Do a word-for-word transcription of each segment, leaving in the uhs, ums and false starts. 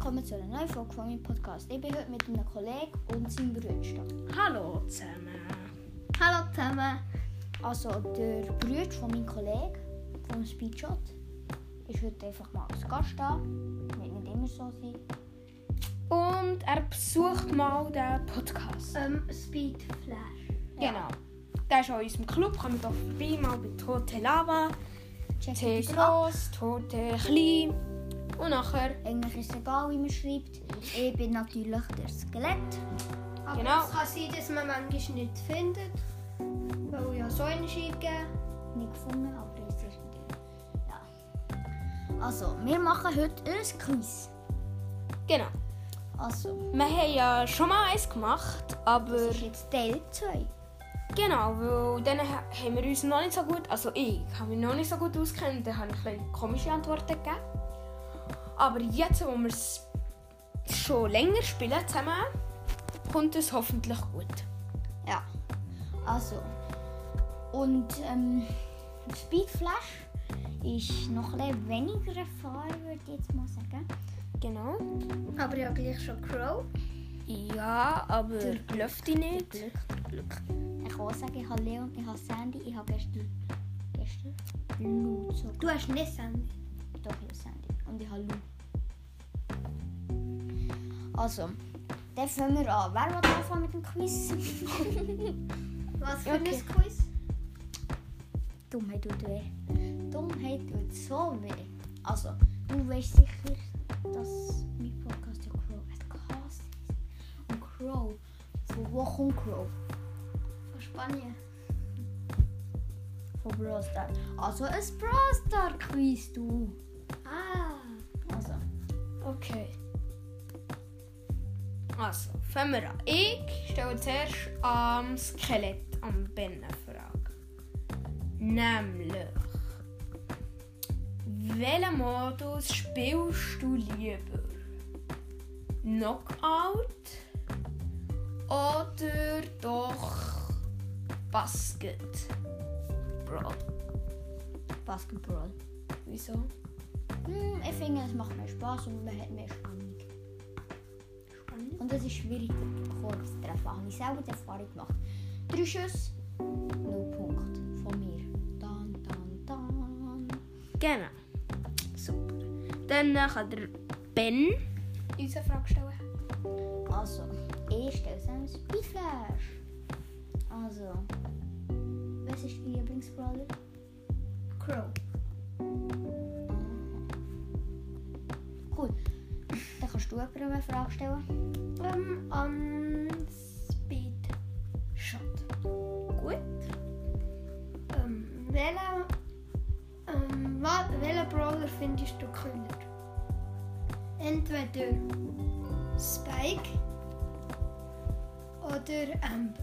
willkommen zu einer neuen Folge von meinem Podcast. Ich bin heute mit einem Kollegen und seinem Bruder. Hallo zusammen. Hallo zusammen. Also der Bruder von meinem Kollegen, vom Speedshot, ist heute einfach mal als Gast da. Wird nicht immer so sein. Und er besucht mal den Podcast. Ähm, Speed Flash. Genau. Der ist an unserem Club, kommt hier vorbei, mal bei Tote Lava, Tee gross, Tote klein. Und nachher... Eigentlich ist es egal, wie man schreibt. Ich bin natürlich der Skelett. Aber Genau. es kann sein, dass man manchmal nicht findet. Weil ich ja so einen eingegeben. Nicht gefunden, aber es ist irgendwie... Ja. Also, wir machen heute ein Quiz. Genau. Also, Wir haben ja schon mal eins gemacht, aber... das ist jetzt Teil zwei. Genau, weil dann ha- haben wir uns noch nicht so gut... Also ich habe mich noch nicht so gut auskennt, dann habe ich ein bisschen komische Antworten gegeben. Aber jetzt, wo wir es schon länger spielen zusammen, kommt es hoffentlich gut. Ja. Also. Und ähm, Speed Flash ist noch ein bisschen weniger erfahren, würde ich jetzt mal sagen. Genau. Aber ja, gleich schon Crow. Ja, aber läuft die nicht. Glück, Glück. Ich kann auch sagen, ich habe Leon, ich habe Sandy, ich habe gestern... Gestern? Lou sogar. Du hast nicht Sandy. Doch, ich habe Sandy. Und ich habe Lou. Also, dann fangen wir an. Wer will anfangen mit dem Quiz? Was für Okay. ein Quiz? Dummheit tut weh. Dummheit tut so weh. Also, du weißt sicher, dass mein Podcast ja Crow ein Cast ist. Und Crow, von wo kommt Crow? Von Spanien. Von Brawl Stars. Also ein Brawl Star Quiz, du. Ah. Also, Okay. Also, fangen wir an. Ich stelle zuerst am Skelett, am Ben eine Frage. Nämlich, welchen Modus spielst du lieber? Knockout oder doch Basket? Bro, Basketball. wieso? Hm, ich finde, es macht mehr Spaß und man hat mehr Spannung. Und es ist schwierig, den Korb zu treffen. Habe ich selber die Erfahrung gemacht. Drei Schüsse, null Punkte von mir. Dann, dann, dann. Genau. Super. Dann äh, kann der Ben uns eine Frage stellen. Also, ich stelle es einem Speedflash. Also, was ist dein Lieblingsbrawler? Crow. Cool. Dann kannst du jemandem eine Frage stellen. Ähm, an Speed Shot. Gut. Ähm, welcher... Ähm, wa- welchen Brawler findest du cooler? Entweder Spike oder Amber.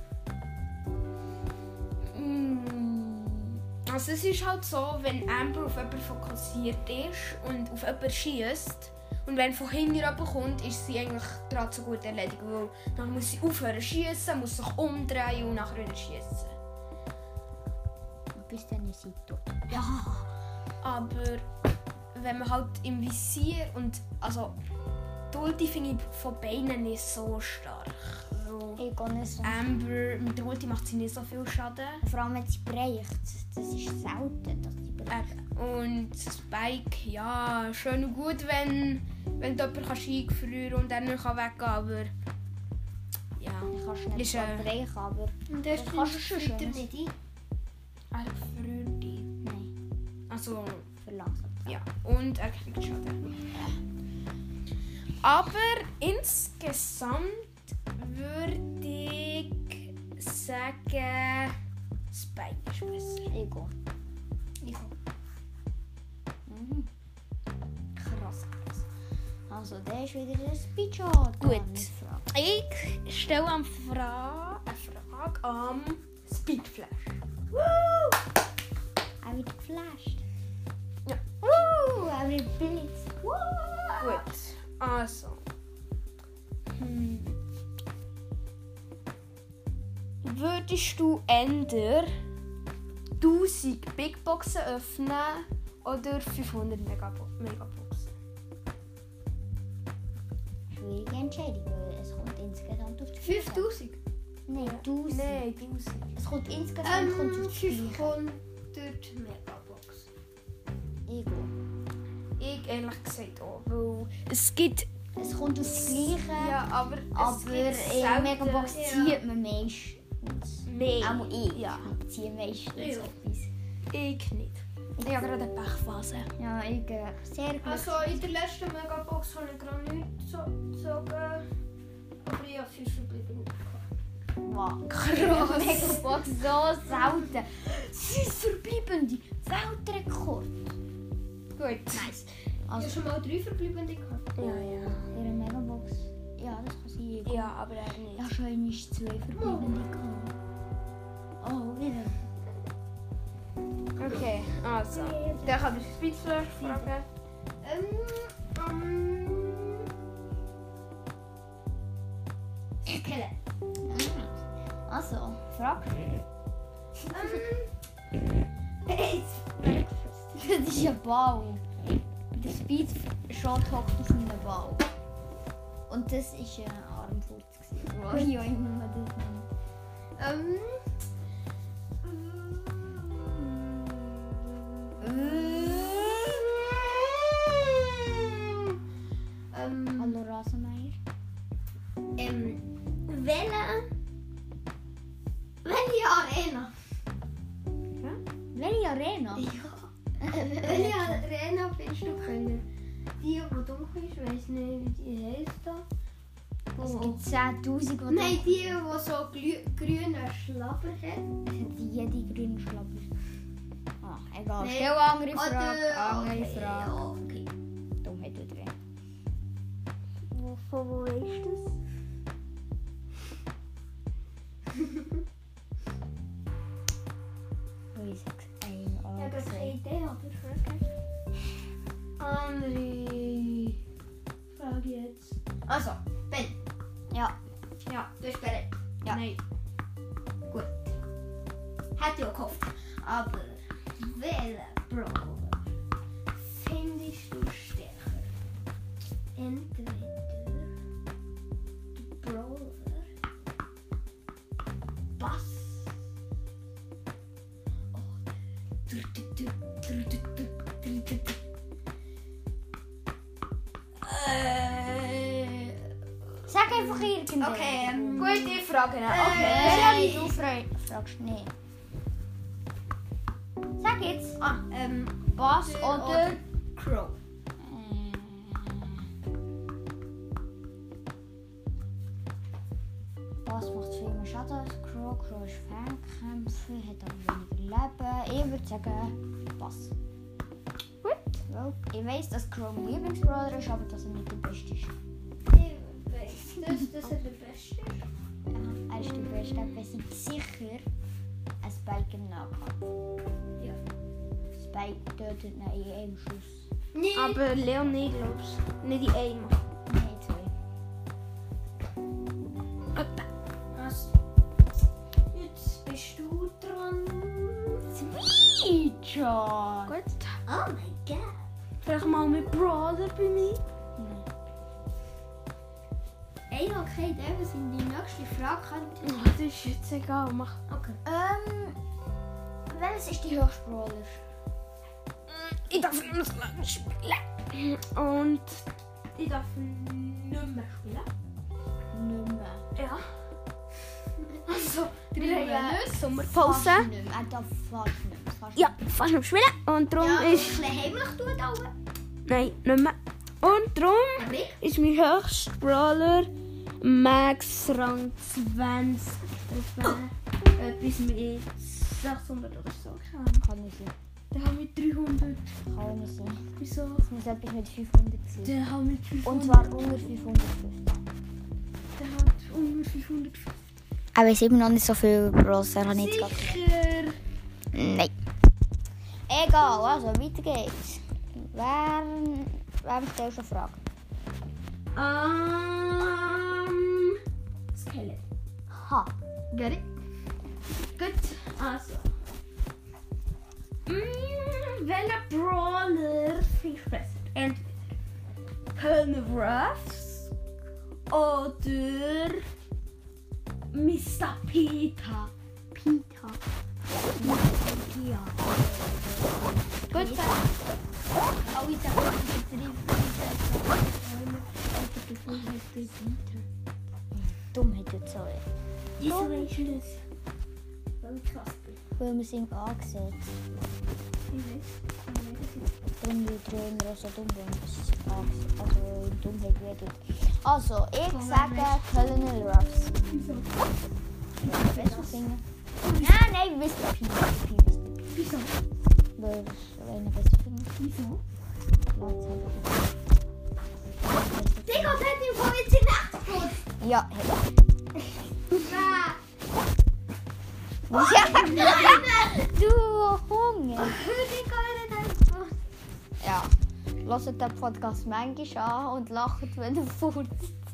Mm. Also es ist halt so, wenn Amber auf jemanden fokussiert ist und auf jemanden schießt und wenn von hinten jemand kommt, ist sie eigentlich gerade so gut erledigt. Weil dann muss sie aufhören zu schießen, muss sich umdrehen und nachher wieder schießen. Und bis dann ist sie tot. Ja. Aber wenn man halt im Visier und also die Ulti finde ich von beiden nicht so stark. Also, Ich gehe nicht so. Amber mit der Ulti macht sie nicht so viel Schaden. Vor allem, wenn sie bricht. Das ist selten, dass sie bricht. Eben. Und Spike, ja, schön und gut, wenn, wenn du jemanden eingefrieren und dann kann weggehen kann, aber ja, Ich kann schnell Ist, zwar äh, brechen, aber... Und das Das kannst kannst du du schon weiter schön. nicht ein. er friert dich. Nein, Also, verlangsamt. ja, und er kriegt Schaden. Aber insgesamt würde ich sagen, Spike ist besser. Ich gehe. Ich auch. Mhm. Krass, krass. Also, der ist wieder der Speedshot. Gut. Dann mit Frage. Ich stelle eine Frage, eine Frage am Speedflash. Er wird geflasht. Ja. Woo, er wird blitz. Woo. Gut, also. Hm. Würdest du eher tausend Big Boxen öffnen oder fünfhundert Megabo- Megaboxen? schwierige Entscheidung, weil es kommt insgesamt auf die fünftausend? Nein, tausend. Nein, tausend. Es kommt insgesamt Ähm, kommt auf die gleiche. fünfhundert Megabox. Ego. Ich ehrlich gesagt auch, weil es gibt... Es kommt auf das Gleiche, Ja, aber es aber gibt in der selten- Megabox ja. zieht man meistens. Nein. Auch ich. Ja. Ich ziehe meistens Ja. etwas. Ich nicht. Ich habe gerade eine Pechphase. Ja, ich äh, sehr gut. Also in der letzten Megabox habe ich gerade nichts so- gezogen. Aber ich habe fünf verblieben. Wow. Krass. Megabox so selten. Fünf verbleibende Weltrekord. Gut. Nice. Ich Also, habe schon mal drei verbliebene gehabt. Ja, ja. in der Megabox. Ja, das kann sein. Ja, aber er nicht. Ja, schon einmal zwei verbleibende gehabt. Oh, wieder. Okay, also. Dann kann ich Spitzler fragen. Ähm, ähm. Skelle. Also, frag. Ähm. Das ist ein Ball. Der Speedshot hockt auf einem Ball. Und das war ein Armfurz. Wie auch immer man das nennt. Ähm. Ähm. Hallo Rasenmeier. Ähm. Welche. Welche Arena? Welche Arena? Ja. Welche Arena findest du können? Die, die dunkel ist, weiss nicht, wie die heisst da. Es Oh. gibt zehntausend oder Nein, die, die so glü- grünen Schlabber hat. die, die grünen Schlapper. Ah, egal. Nein. Stell eine andere Oder- Frage. Andere okay, Frage. ja, okay. Dummheit oder drei. Von wo weißt du das? Oh, ich sag's ein Ich habe keine angesehen. Idee, aber andere Frage jetzt. Also, Ben. Ja. Ja, du bist bereit. Ja. Nein. Gut. Hätte ich auch gehofft. Aber welchen Brawler findest du stärker? Entweder der Brawler Bass Äh, Sag einfach irgendwas. Okay, ähm, Gut, ich frage ihn. Okay. Äh, Ja, wie du frei- fragst. Nee. Sag jetzt. ah, ähm, Bass oder, oder... Crow. Äh, Bass macht viel mehr Schaden als Crow. Crow ist Fernkämpfer, hat aber weniger Leben. Ich würde sagen Bass. Gut. Weil ich weiss, dass Crow mein Lieblingsbrawler ist, aber dass er nicht der Beste ist. Ich weiss, dass das der Beste ist. Ja, er ist der Beste, aber wir sind sicher ein Spike im Nahkampf. Ja. Spike tötet ihn in einem Schuss. Nee. Aber Leon nicht, glaubst du? Nicht in einem. Nein, zwei. Also, jetzt bist du dran. Sweet John! Gut. Oh mein Gott. Frag mal mit Brawler bei mir. Ich habe keine Idee, was in die nächste Frage könnte. Oh, das ist jetzt egal. Mach. Okay. Ähm, welches ist die höchste Brawler? Ich darf nicht mehr so lange spielen. Und ich darf nicht mehr spielen. Nicht mehr. Ja. Also, Drei wir haben ja Minuten. Sommerpause. Fast nicht mehr. Er darf fast nicht mehr. Fast Ja, fast nicht mehr spielen. Und darum Ja, ein ist... bisschen heimlich tun da oben. Nein, nicht mehr. Und darum Aber ich? ist mein höchster Brawler Max Rang zwanzig. Trophäe. Etwas mit sechshundert oder so. Keine Ahnung. Kann nicht sein. Dann haben wir dreihundert. Kann nicht sein. Wieso? Es muss etwas mit fünfhundert sein. Dann haben wir fünfhundert. Und zwar unter fünfhundertfünfzig. Dann hat ungefähr fünfhundertfünfzig. Aber ich immer noch nicht so viel Brawler. Habe ich jetzt gerade Sicher. Nein. Egal, also weiter geht's. Wer, wem stellst du eine Frage? Ähm. Skelett. Ha. Get it? Gut. Also. Mm, welcher Brawler finde ich besser? Entweder Colonel Ruffs oder Mister Peter. Peter. Ja. Gut, Oh, ich sag mal, die drei Dummheit tut so weh. Wieso weißt du das? Weil ich krass bin. Weil wir sind angesetzt. Ich weiß. Ich weiß es nicht. Darum die Trainer auch so dumm sind. Also in Dummheit redet. Also, ich Von wem sage Colonel Ruffs. Wieso? Besser singen. Nein, nein, Mister P. Mister P. Mister P. Wieso? Weil ich eine besser finde. Wieso? Leute, Digga, das hat ihm vorhin die Nacht geputzt. ja, hey. Ja. Ja, du Hunger. Digga, er hat einen geputzt. Ja, hört den Podcast manchmal an und lacht, wenn er furzt.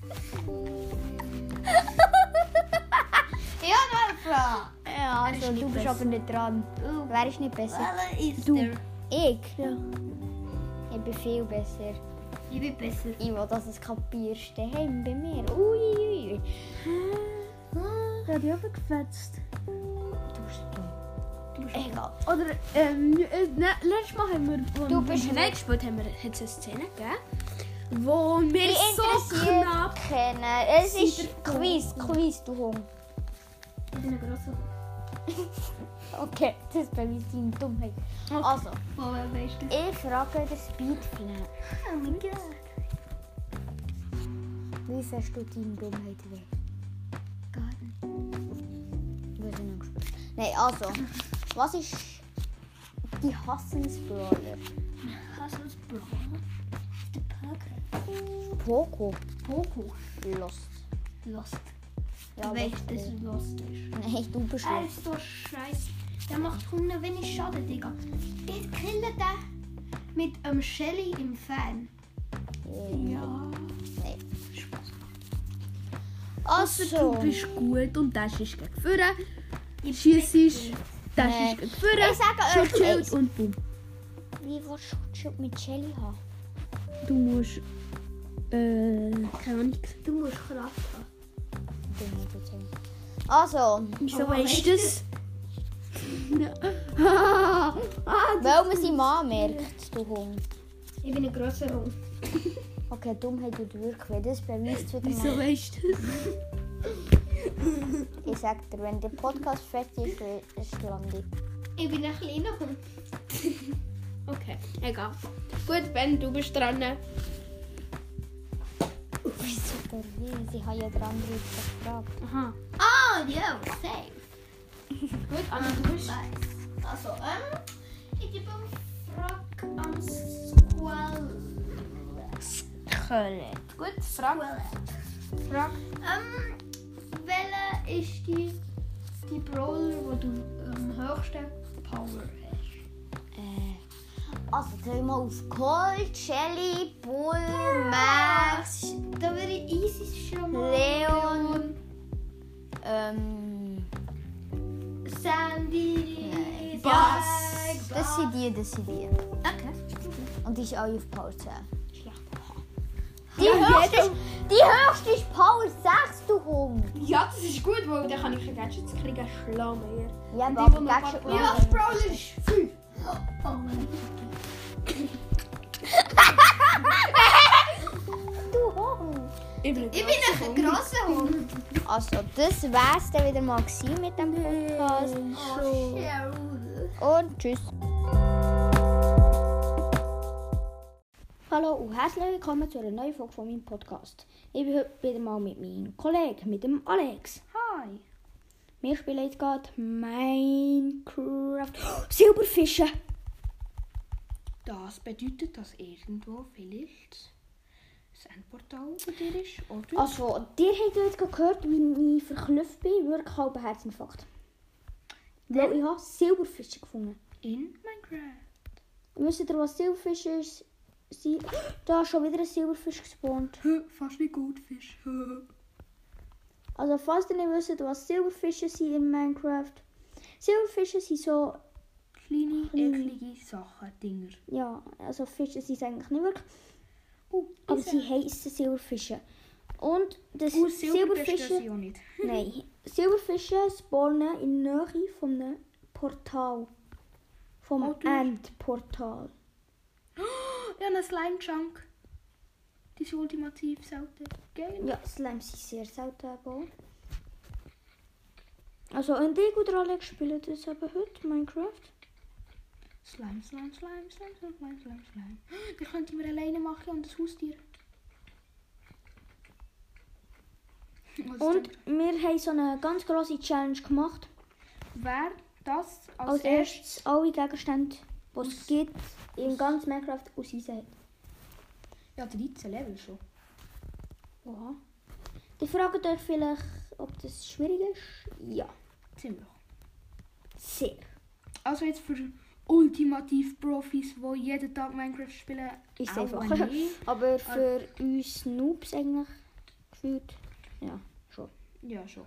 Ja, noch eine Frage. Ja, also ist du nicht bist besser. aber nicht dran. Wer ist nicht besser? Welcher ist Du. der? Ich? Ja. Ich bin viel besser. Ich bin besser. Ich will, dass du es kapierst. Daheim bei mir. Uiuiui. Er hat dich aber gefetzt. Du bist dumm. Du bist Egal. Oder, ähm, äh, ne, letztes Mal haben wir, wo Du bist wir nicht gespielt haben, wir, hat es eine Szene gegeben, wo wir Ich so interessiert knapp... kennen. Es ist Quiz, Quiz, du Hund. Ich bin ein grosser. Okay, das ist bei mir deine Dummheit. Also, Woher weißt du? ich frage den Speedflash. Oh mein Gott. Wie fährst du deine Dummheit weg? Gar nicht. Wir sind noch gespannt. Nein, also, was ist die Hassensbrawler? Hast du das Braun? Der Parker. Poco. Poco. Lost. Lost. Ja, Du weißt, was- dass er lost ist. Nein, du bist Er Lost. ist so scheiße. Der macht hundert wenig Schaden, Digga. Ich kille den mit einem Shelly im Fan. Ja. Nein. Also, du Also, bist gut und das ist gegen vorne. Schießt ist, das Nee. ist gegen vorne. Ich sage euch Schutzschild eins. und boom. wie willst du Schutzschild mit Shelly haben? Du musst, äh, keine Ahnung. Du musst Kraft haben. Dummheit dazu. Also, Wieso Oh, weißt weißt du das? ah, weil man sie Mann merkt, du Hund. Ich bin ein grosser Hund. Okay, Dummheit tut wirklich weh. Das beweist wieder wieso mal. weißt du das? Ich sag dir, wenn der Podcast fertig ist, ist Landi. Ich bin ein kleiner Hund. Okay, egal. Gut, Ben, du bist dran. Wieso der Weh? Sie haben ja dran gefragt. Aha. Oh, ja, safe. Gut, Anna, du bist. Nice. Also, ähm, ich gebe eine Frage an Squall. Köln. Gut, Frage. Frage. Ähm, welche ist die, die Brawler, wo du am höchsten Power hast? Äh, also, dreh mal auf Colt, Shelly, Bull, Max, Da würde ich easy schon mal. Leon, ähm, Sandy. Bass. Spike, das sind die, das sind die. Okay. Und die ist alle auf Power zehn. Schlecht. Die höchste, ist, die höchste ist Power sechs, du Hund. Ja, das ist gut, weil dann kann ich ein Gadgets kriegen. Schlammer. Ja, Und aber die, wo man Gadget kann- Ja, machen. Brawler ist fünf. Oh mein Du Hund. Ich bin, Ich bin ein grosser Hund. Also, das wär's dann wieder mal gewesen mit dem Podcast. Oh, Cheryl. Und tschüss. Hallo und herzlich willkommen zu einer neuen Folge von meinem Podcast. Ich bin heute wieder mal mit meinem Kollegen, mit dem Alex. Hi. Wir spielen jetzt gerade Minecraft. Oh, Silberfische! Das bedeutet, dass irgendwo vielleicht das Endportal bei dir ist, oder? Also, ihr habt jetzt gerade gehört, wie ich verklüpft bin. Wirklich halber Herzinfarkt. Weil ich habe Silberfische gefunden. In Minecraft. Wisst ihr, was Silberfische ist? Sie, da ist schon wieder ein Silberfisch gespawnt. Fast wie Goldfisch. Also, falls ihr nicht wisst, was Silberfische sind in Minecraft. Silberfische sind so, Kleine, Kleine. eklige Sachen, Dinger. ja, also Fische sind es eigentlich nicht wirklich. Oh, Aber sie heissen Silberfische. Und das Uh, Silber das Silberfische... ja nicht. Nein, Silberfische spawnen in der Nähe von einem Portal. Vom Oh, du- Endportal. Ja, ein Slime-Chunk. Die ist ultimativ selten. Geil. Ja, Slimes sind sehr selten aber. Also, und ich und Alex spielen das eben heute, Minecraft. Slime, Slime, Slime, Slime, Slime, Slime, Slime, Slime. Die könnte ich mir alleine machen und das Haustier. Was Und ist wir haben so eine ganz grosse Challenge gemacht. denn- wer das als, Als erstes... erstes alle Gegenstände, die es Aus- gibt, in ganz Minecraft auseisen hat. Ja, dreizehn Level schon. Wow. Die fragt euch vielleicht, ob das schwierig ist. Ja, Ziemlich. sehr. Also jetzt für ultimativ Profis, die jeden Tag Minecraft spielen, Ist auch einfach. nicht. Aber für uns Noobs eigentlich gefühlt, ja, schon. Ja, schon.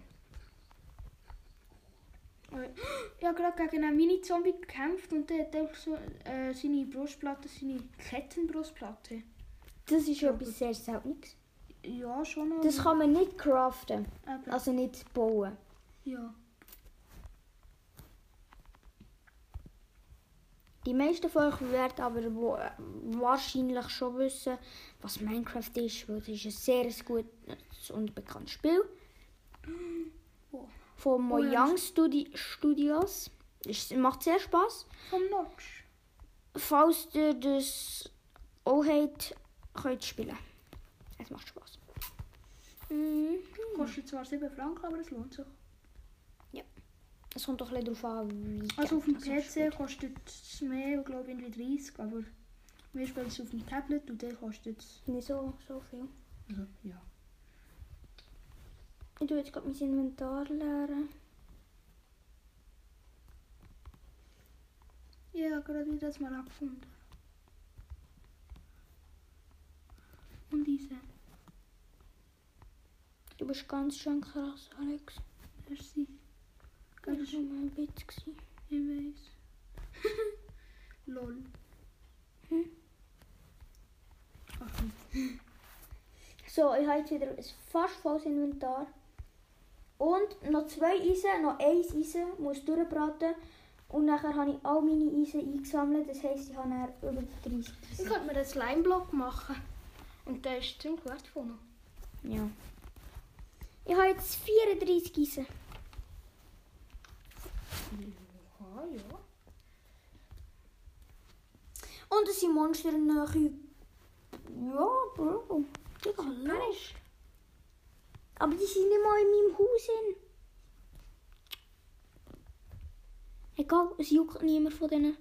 Äh, Ich habe gerade gegen einen Mini-Zombie gekämpft und der hat auch so äh, seine Brustplatte, seine Kettenbrustplatte. Das ist etwas sehr Seltenes. Ja, schon. Das kann man nicht craften, aber, also nicht bauen. ja. Die meisten von euch werden aber wo, äh, wahrscheinlich schon wissen, was Minecraft ist, weil es ist ein sehr gutes und bekanntes Spiel. Oh. Von Oh ja, Mojang Studi Studios. Es macht sehr Spaß. Vom Notch. Falls ihr das auch habt, könnt ihr spielen. Es macht Spaß. Mhm. Kostet zwar sieben Franken, aber es lohnt sich. Es kommt doch ein bisschen darauf an, wie Also auf dem Geld man P so C spielt. kostet es mehr, glaube ich, irgendwie dreißig, aber wir spielen es auf dem Tablet und der kostet es. Nicht so, so viel. Also, ja. Ich tue jetzt gerade mein Inventar leeren. Ja, gerade wieder das mal abgefunden. Und diese. Du bist ganz schön krass, Alex. Merci. Das war nur mal ein Witz. gewesen. Ich weiß. Lol. Hm? Ach, nicht. So, ich habe jetzt wieder ein fast volles Inventar. Und noch zwei Eisen, noch eins Eisen muss durchbraten. Und nachher habe ich all meine Eisen eingesammelt. Das heisst, ich habe dann über dreißig Ich Eisen. könnte mir einen Slime-Block machen. Und der ist ziemlich wertvoll. Ja. Ich habe jetzt vierunddreißig Eisen. Ja, ja. Und es sind Monster in der Nähe. Ja, Bro. Digga, los. Aber die sind nicht mal in meinem Haus hin. Egal, es juckt niemand von denen.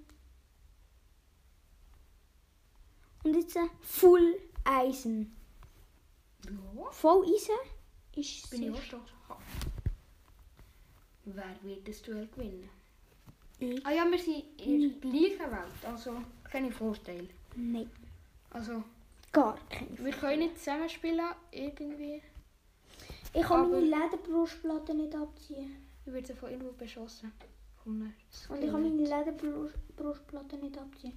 Und jetzt äh, Full Eisen. Ja. Voll Eisen ist Bin ich sehr auch stolz. Wer wird das Duell gewinnen? Ich? Ah ja, wir sind in der gleichen Welt, also keine Vorteile. Nein, Also, gar keine. wir können nicht zusammen spielen, irgendwie. Ich kann Aber- meine Lederbrustplatte nicht abziehen. Ich werde von irgendwo beschossen. Von einem Und ich kann meine Lederbrustplatte nicht abziehen.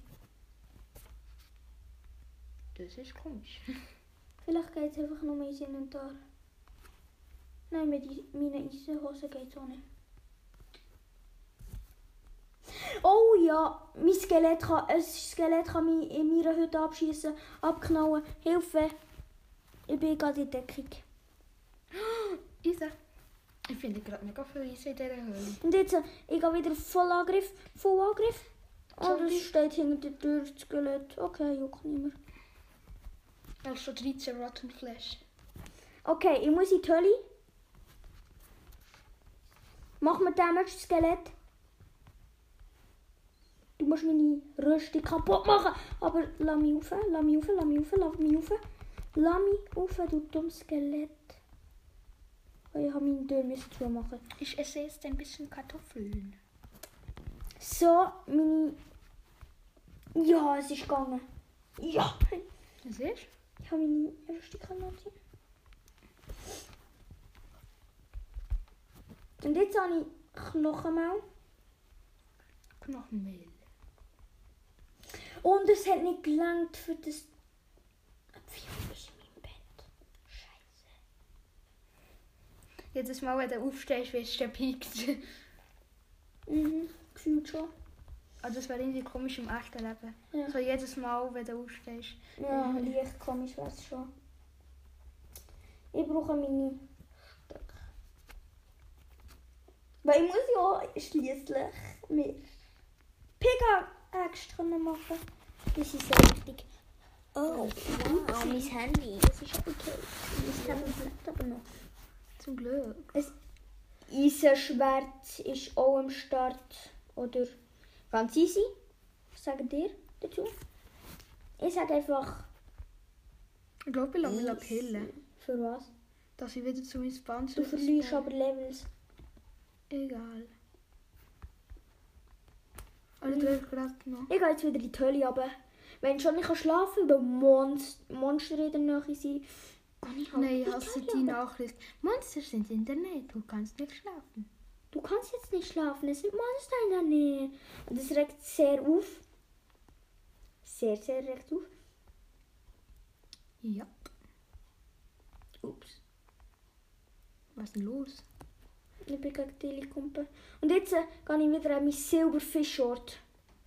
Das ist komisch. Vielleicht geht es einfach nur ins Inventar. Nein, mit die- meinen Eisenhosen geht es auch nicht. Oh ja, mein Skelett kann, ein Skelett kann mich in meiner Hütte abschießen, abknallen. Hilfe! Ich bin gerade in Deckung. Isa. Ich finde gerade mega viel Eisen in dieser Höhle. Und jetzt, äh, ich gehe wieder voll Angriff, voll Angriff. Und Zombie. es steht hinter der Tür das Skelett. Okay, juckt nicht mehr. Ich habe schon dreizehn Rotten Flash. Okay, ich muss in die Hölle. Mach mir Damage, Skelett. Du musst meine Rüstung kaputt machen. Aber lass mich rauf, lass mich rauf, lass mich rauf, lass mich rauf. Lass mich rauf, du dummes Skelett. Oh, ich habe meine Tür müssen zumachen. Ich esse jetzt ein bisschen Kartoffeln. So, meine... Ja, es ist gegangen. Ja. Was ist? Ich habe meine Rüstung anziehen. Und jetzt habe ich Knochenmehl. Knochenmehl. Und es hat nicht gelangt für das... Wie ist in meinem Bett? Scheiße. Jedes Mal, wenn du aufstehst, wirst du gepickt. Mhm, gefühlt schon. Also das wäre irgendwie komisch im echten Leben. Ja. So jedes Mal, wenn du aufstehst. Ja, leicht komisch wäre es schon. Ich brauche meine Stöcke. Weil ich muss ja schliesslich mit Pickaxe können machen. Das ist sehr wichtig. Oh, wow, mein Handy. Das ist okay. Mein Tablet aber noch. Zum Glück. Ein Eisenschwert ist auch am Start. Oder ganz easy. Was sagt ihr dazu? Ich sage einfach... Ich glaube, ich lasse mich killen. Für was? Dass ich wieder zu meinem Spawn Du verlierst aber Levels. Egal. Also du hast gerade noch. Ich gehe jetzt wieder in die Hölle runter. Wenn ich schon nicht schlafen kann, weil Monst- Monster in der Nähe sind, gehe ich halt Nein, in die hast du Hölle die runter. Nachricht? Monster sind in der Nähe, du kannst nicht schlafen. Du kannst jetzt nicht schlafen, es sind Monster in der Nähe. Und das regt sehr auf. Sehr, sehr regt auf. Ja. Ups. Was ist denn los? Ich bin gegen die Kumpe. Und jetzt äh, gehe ich wieder an mein Silberfischort.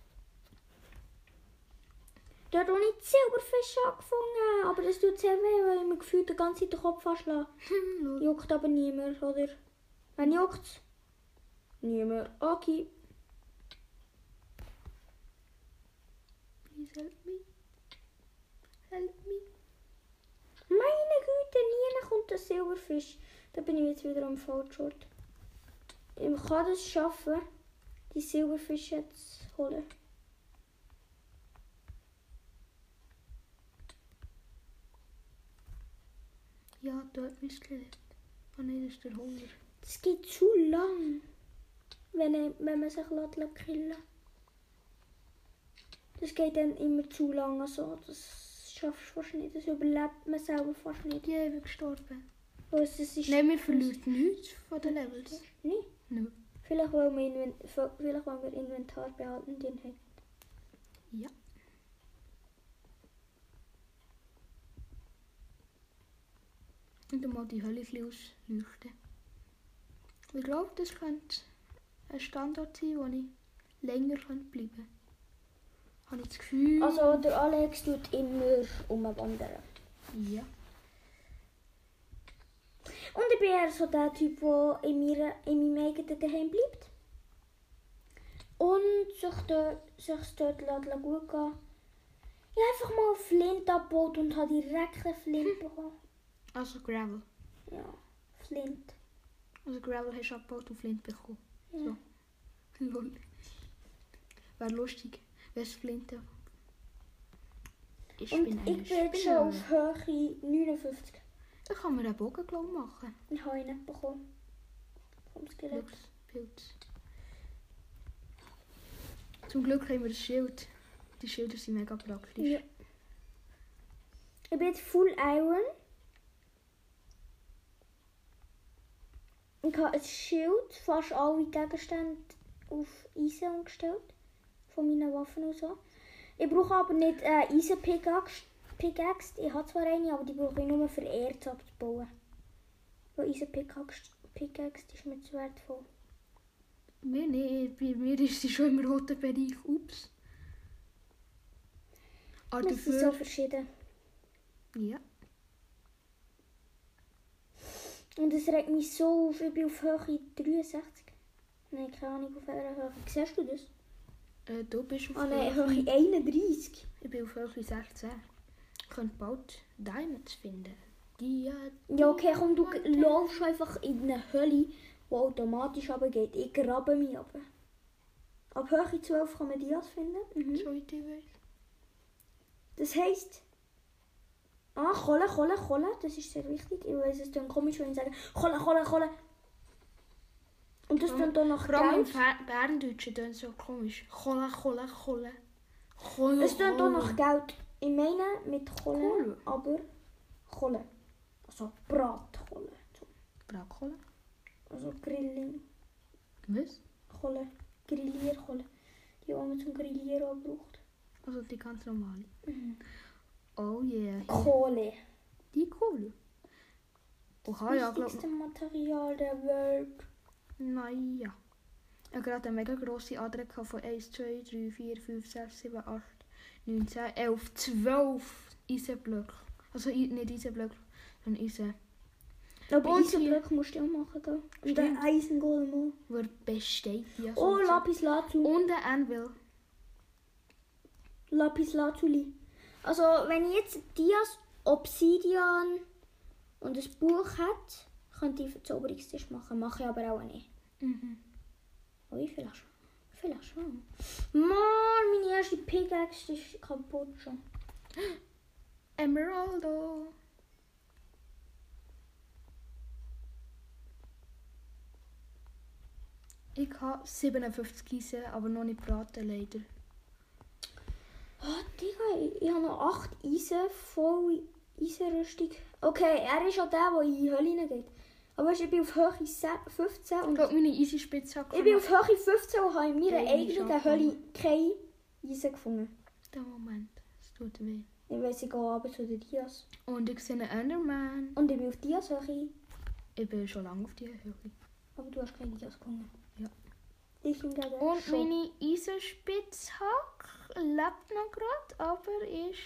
Dort habe ich Silberfisch angefangen. Aber das tut sehr weh, weil ich mir gefühlt die ganze Zeit den Kopf anschlage. Juckt aber niemand, oder? Wenn juckt niemand. Okay. Please help me. Help me. Meine Güte, nie kommt der Silberfisch. Da bin ich jetzt wieder am Falschort. Ich kann es schaffen, die Silberfische zu holen. Ja, du hast mich gelegt. Oh nein, das ist der Hunger. Das geht zu lang, wenn, er, wenn man sich killen lässt. Das geht dann immer zu lange so. Das schaffst du fast nicht. Das überlebt man selber fast nicht. Ja, ich bin gestorben. Weil es ist Nein, wir verlieren nichts von den Levels. Nein. Nein. Vielleicht wollen wir, Invent- vielleicht wollen wir Inventar behalten. Den haben. Ja. Und dann mal die Hölle ein bisschen ausleuchten. Ich glaube, das könnte ein Standort sein, wo ich länger bleiben könnte. Habe ich das Gefühl. Also der Alex tut immer umwandern. Ja. Und ich bin eher so der Typ, der in, mir, in meinem eigenen Daheim bleibt. Und sich dort, sich dort lässt gut gehen. Ich habe einfach mal Flint abgebaut und habe direkt eine Flint bekommen. Also Gravel. Ja, Flint. Also Gravel hast du abgebaut und Flint bekommen. Ja. So. Lol. Wäre lustig, wenn es Flint ist. Ich Und bin eine ich bin jetzt Spinne. schon auf Höhe neunundfünfzig. Ich kann mir einen Bogen glaub ich, machen. Ich habe ihn nicht bekommen. Vom Skelett. Lux, Pilz. Zum Glück haben wir das Schild. Die Schilder sind mega praktisch. Ja. Ich bin jetzt Full Iron. Ich habe ein Schild, fast alle Gegenstände auf Eisen umgestellt. Von meinen Waffen und so. Ich brauche aber nicht eine Eisen-Pickaxe. Pickaxe. Ich habe zwar eine, aber die brauche ich nur für Erz abzubauen. Weil Eisen-Pickaxe Pickaxe ist mir zu wertvoll. Mir nicht, bei mir ist sie schon im roten Bereich. Ups. Aber Das sind so dafür... verschieden. Ja. Und es regt mich so auf. Ich bin auf Höhe dreiundsechzig. Nein, keine Ahnung, auf welcher Höhe. Siehst du das? Äh, du bist auf Ah nein, Höhe- Höhe einunddreißig. Ich bin auf Höhe sechzehn. Ich könnte bald Diamonds finden. Die ja... Ja, okay, komm, du laufst einfach in eine Hölle, die automatisch runtergeht. Ich grabe mich runter. Ab Höhe zwölf kann man Dias finden. Mhm. So wie die weiß. Das heisst... Ah, Kohle, Kohle, Kohle. Das ist sehr wichtig. Ich weiss, es klingt komisch, wenn ich sage Kohle, Kohle, Kohle. Und das klingt auch nach Vor allem im Geld. Fer- Berndeutschen tönt es so komisch. Kohle, Kohle, Kohle. Kohle, Es klingt auch nach Geld. Ich meine mit Kohle, Kohle. aber Kohle. Also Bratkohle. Bratkohle. Also Grilling. Was? Kohle. Grillierkohle. Die, die man zum Grillieren auch braucht. Also die ganz normale. Mhm. Oh yeah. Kohle. Die Kohle. Oha, ja, glaub wichtigste Material der Welt. Naja. Ich hatte gerade eine mega grosse Adre von eins, zwei, drei, vier, fünf, sechs, sieben, acht, neun, zehn, elf, zwölf Eisenblöcke. Also i- nicht Eisenblöcke, sondern Eisen. Aber Und Eisenblöcke musst du auch machen. Gell? Und Stimmt. ein Eisengolem auch. Wer besteht ja so. Oh, Lapis Lazuli. Und ein Anvil. Lapis Lazuli. Also, wenn ich jetzt Dias, Obsidian und ein Buch hätte, könnte ich einen Verzauberungstisch machen. Mache ich aber auch nicht. Mhm. Ui, vielleicht schon. Vielleicht schon. Mann, meine erste Pickaxe ist kaputt schon. Emeraldo. Ich habe siebenundfünfzig Eisen, aber noch nicht braten leider. Oh, Digga, ich, ich habe noch acht Eisen, voll Eisenrüstung. Okay, er ist auch der, der in die Hölle hineingeht. Aber weißt, ich bin auf Höhe se- fünfzehn Ich und glaube, meine Eisenspitzhacke. ich bin auf Höhe fünfzehn und habe in meiner Keine eigenen Chance. Hölle kein Eisen gefunden. Der Moment, es tut weh. Ich weiss, ich gehe runter zu den Dias. Und ich sehe einen Enderman. Und ich bin auf Dias Höhe. Ich bin schon lange auf dieser Höhe. Aber du hast keine Dias gefunden. Ja. Ich bin gerade Und schon. meine Eisenspitzhacke lebt noch gerade, aber ist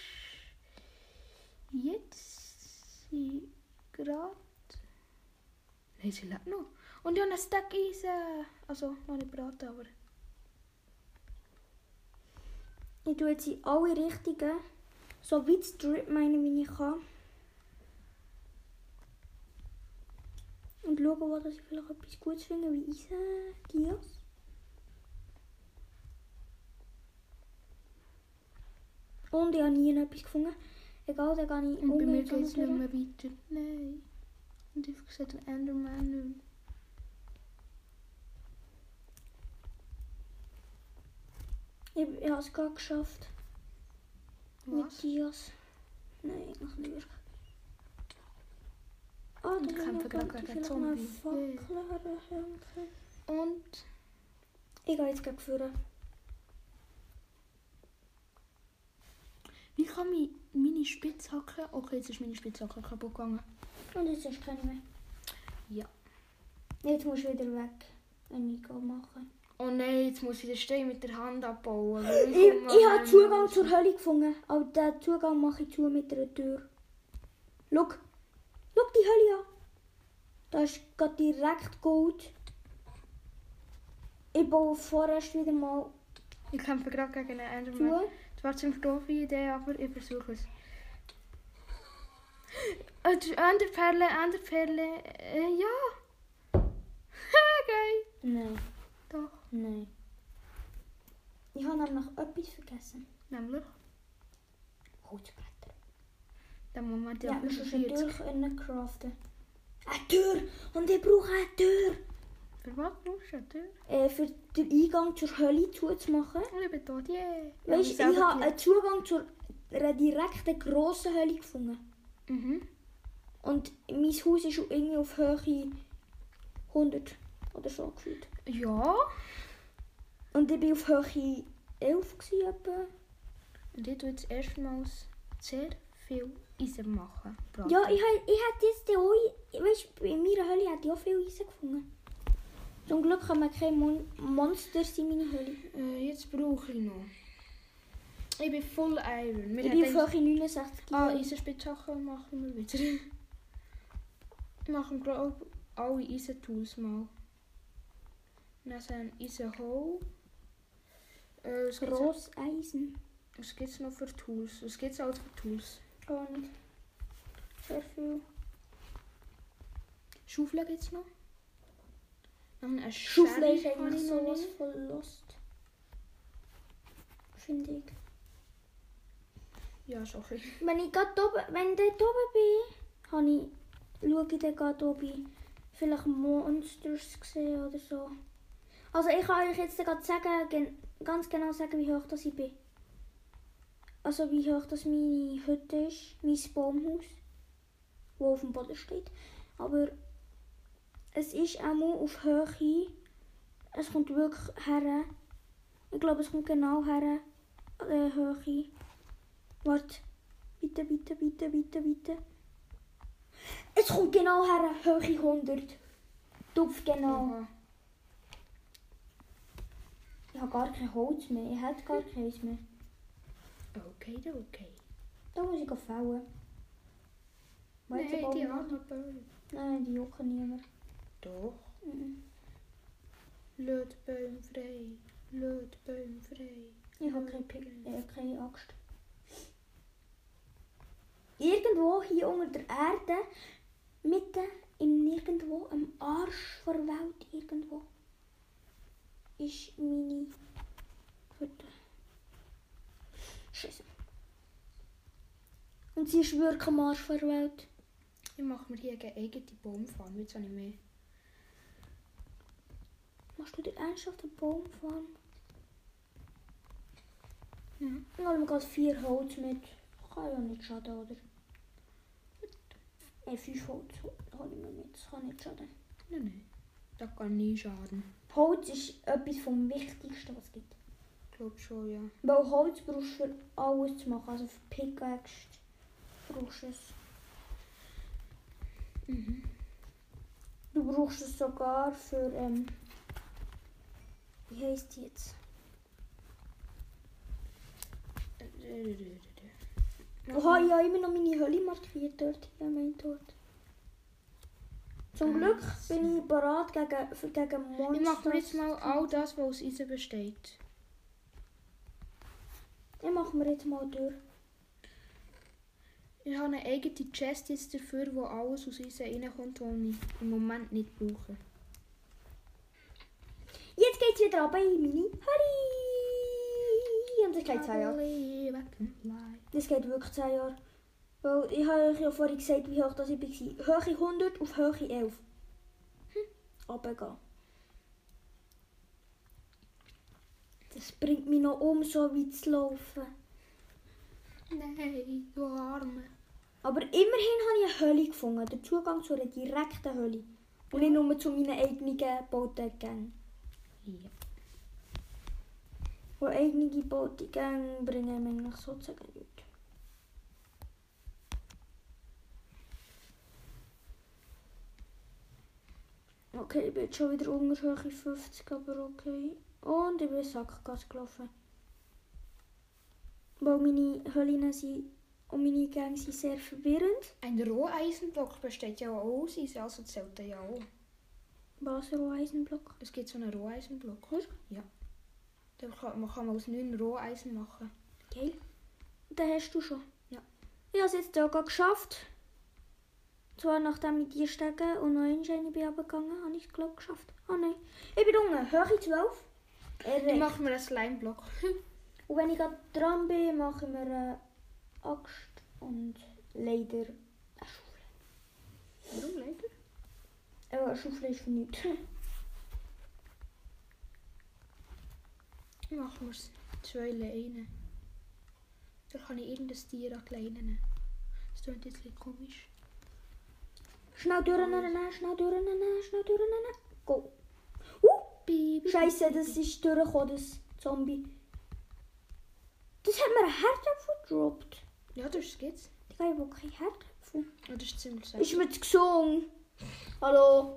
jetzt sie gerade. Nein, sie lebt noch. Und ich habe einen Stack Eisen. Also noch nicht braten, aber. Ich tue jetzt in alle Richtungen so weit Strip meinen, wie ich kann. Und schauen, wo dass ich vielleicht etwas Gutes finde, wie Eisen, Dias. Und ich habe nie etwas gefunden. Egal, dann gehe ich Und bei mir unten geht es nicht durch. mehr weiter. Nein. Und ich sehe den Enderman nicht. Ich, ich habe es gerade geschafft. Was? Mit Dias. Nein, noch nicht wirklich. Ah, Und da ich kämpfe kann gerade ich gegen vielleicht mal Zombie. Fackeln herkämpfen. Und Ich gehe jetzt gegen vorne. wie kann mich meine Spitzhacke. Okay, jetzt ist meine Spitzhacke kaputt gegangen. Und jetzt ist keine mehr. Ja. Jetzt musst du wieder weg. Ein Mikro machen. Oh nein, jetzt muss ich den Stein mit der Hand abbauen. weil Ich, komme ich an habe Zugang meinen- zur Hölle gefunden. Aber den Zugang mache ich zu mit einer Tür. Schau. Schau die Hölle an. Da ist gerade direkt Gold. Ich baue vorerst wieder mal Ich kämpfe gerade gegen einen Enderman. zu. Das war ziemlich doofe Idee, aber ich versuche es. Äh, die Enderperle, Enderperle. Äh, ja. Geil. Nein, Doch. nein. Ich habe nämlich etwas vergessen. Nämlich Holzbretter. der Moment, Ja, der wir müssen eine fünfundvierzig. Tür können craften. Eine Tür! Und ich brauche eine Tür! Für was brauchst du eine Tür? Äh, für den Eingang zur Hölle zuzumachen. Und ich bin tot, yeah. Weißt ich du, ich habe einen Zugang zur einer direkten grossen Hölle gefunden. Mhm. Und mein Haus ist irgendwie auf Höhe hundert oder so gefühlt. Ja. Und ich war auf Höhe elf gewesen, etwa. Und ich tue jetzt erstmals sehr viel Eisen machen. Braten. Ja, ich, ha- ich hätte jetzt auch, weißt du, in meiner Hölle hätte ich auch viel Eisen gefunden. Zum Glück haben wir keine Mon Monsters in meiner Hölle. Äh, jetzt brauche ich noch. Ich bin voll Iron. Wir Ich bin haben auf Höhe neunundsechzig. Ah, Eisenspitzhacke machen wir wieder. Wir machen glaube alle Eisen-Tools mal. Dann sind Eisen-Hoe. Äh, was gibt's Grosseisen. was gibt's noch für Tools? Was gibt's alles für Tools? Gar nicht. Sehr viel. Schaufel gibt's noch. Dann eine Schaufel ist Schere habe eigentlich ich noch sowas nicht. voll lost. Finde ich. Ja, schon ein bisschen. Wenn ich gerade oben, wenn ich dort oben bin, habe ich, schaue ich dann gerade, ob ich vielleicht Monsters gesehen oder so. Also ich kann euch jetzt gerade sagen, gen ganz genau sagen, wie hoch das ich bin. Also wie hoch das meine Hütte ist, mein Baumhaus, wo auf dem Boden steht. Aber es ist auch mal auf Höhe. Es kommt wirklich her. Ich glaube, es kommt genau her. Äh, Höhe. Warte. Bitte, bitte, bitte, bitte, bitte. Es Es kommt genau her, Höhe hundert. Tupf genau. Aha. Ich habe gar kein Holz mehr. Ich hätte gar keins mehr. Okay, okay. Da muss ich fällen. Nein, Weizenbaum die noch? armen Bäume. Nein, die jucken niemand. Doch. Mhm. Lass die Bäume frei. Lass die Bäume frei. Ich habe keine, Pick- äh, keine Axt. Irgendwo hier unter der Erde, mitten im Nirgendwo, am Arsch der Welt irgendwo, ist meine Hütte. Scheiße. Und sie ist wirklich am Arsch der Welt. Ich mache mir hier eine eigene Baumfarm. Jetzt habe ich mehr. Machst du dir ernsthaft eine Baumfarm? Ja. Ich habe mir gerade vier Holz mit. Kann ja nicht schaden, oder? Äh, fünf Holz habe ich mir mit. Das kann nicht schaden. Nein, nein. Das kann nie schaden. Holz ist etwas vom Wichtigsten, was es gibt. Ich glaube schon, ja. Weil Holz brauchst du für alles zu machen. Also für Pickaxe brauchst du es. Mhm. Du brauchst es sogar für, ähm... Wie heisst die jetzt? Oha, ich habe immer noch meine Hölle markiert dort, hier mein Tod. Zum Glück bin ich bereit gegen, für- gegen Monster. Ich mache mir jetzt mal all das, was aus Eisen besteht. Ich mache mir jetzt mal durch. Ich habe eine eigene Chest jetzt dafür, wo alles aus Eisen reinkommt, was ich im Moment nicht brauche. Jetzt geht's wieder runter in meine Hölle. Und das geht zwei Jahre. Das geht wirklich zehn Jahre. Weil ich habe euch ja vorhin gesagt, wie hoch das ich war. Höhe hundert auf Höhe elf. Hm. Runtergehen. Das bringt mich noch um, so weit zu laufen. Nein, du Arme. Aber immerhin habe ich eine Höhle gefunden. Den Zugang zu einer direkten Höhle. Und nicht nur zu meinen eigenen gebauten Gängen. Ja. Und eigene gebaute Gänge bringen mir eigentlich sozusagen nichts. Okay, ich bin jetzt schon wieder unter Höhe fünfzig, aber okay. Und ich bin in Sackgasse gelaufen. Weil meine Höhlen sind und meine Gänge sind sehr verwirrend. Ein Roheisenblock besteht ja auch aus Eisen, also zählt er ja auch. Was für ein Eisenblock? Es gibt so einen Roheisenblock. Wirklich? Ja. Da kann man kann man aus neun Roheisen machen. Geil. Den hast du schon? Ja. Ich habe es jetzt hier gerade geschafft. Zwar nachdem ich die Stege und noch eine bin runtergegangen, habe ich es glaube geschafft. Ah nein. Ich bin unten, Höhe zwölf. Ich mache mir einen Slime-Block. Und wenn ich gerade dran bin, mache ich mir eine Axt und leider eine Schaufel. Warum leider? Äh, eine Schaufel ist für nichts. Ich mache mir zwei Leinen. Da kann ich irgendein Tier an die Leine nehmen. Das klingt jetzt ein bisschen komisch. Schnell durchnehmen, schnell durchnehmen, schnell durchnehmen. Go. Uh, Scheiße, das ist durchgekommen, das Zombie. Das hat mir ein Herdäpfel gedroppt. Ja, das geht's. Ich habe kein Herdäpfel. Ja, das ist ziemlich Ist sicher. mir zu gesungen. Hallo.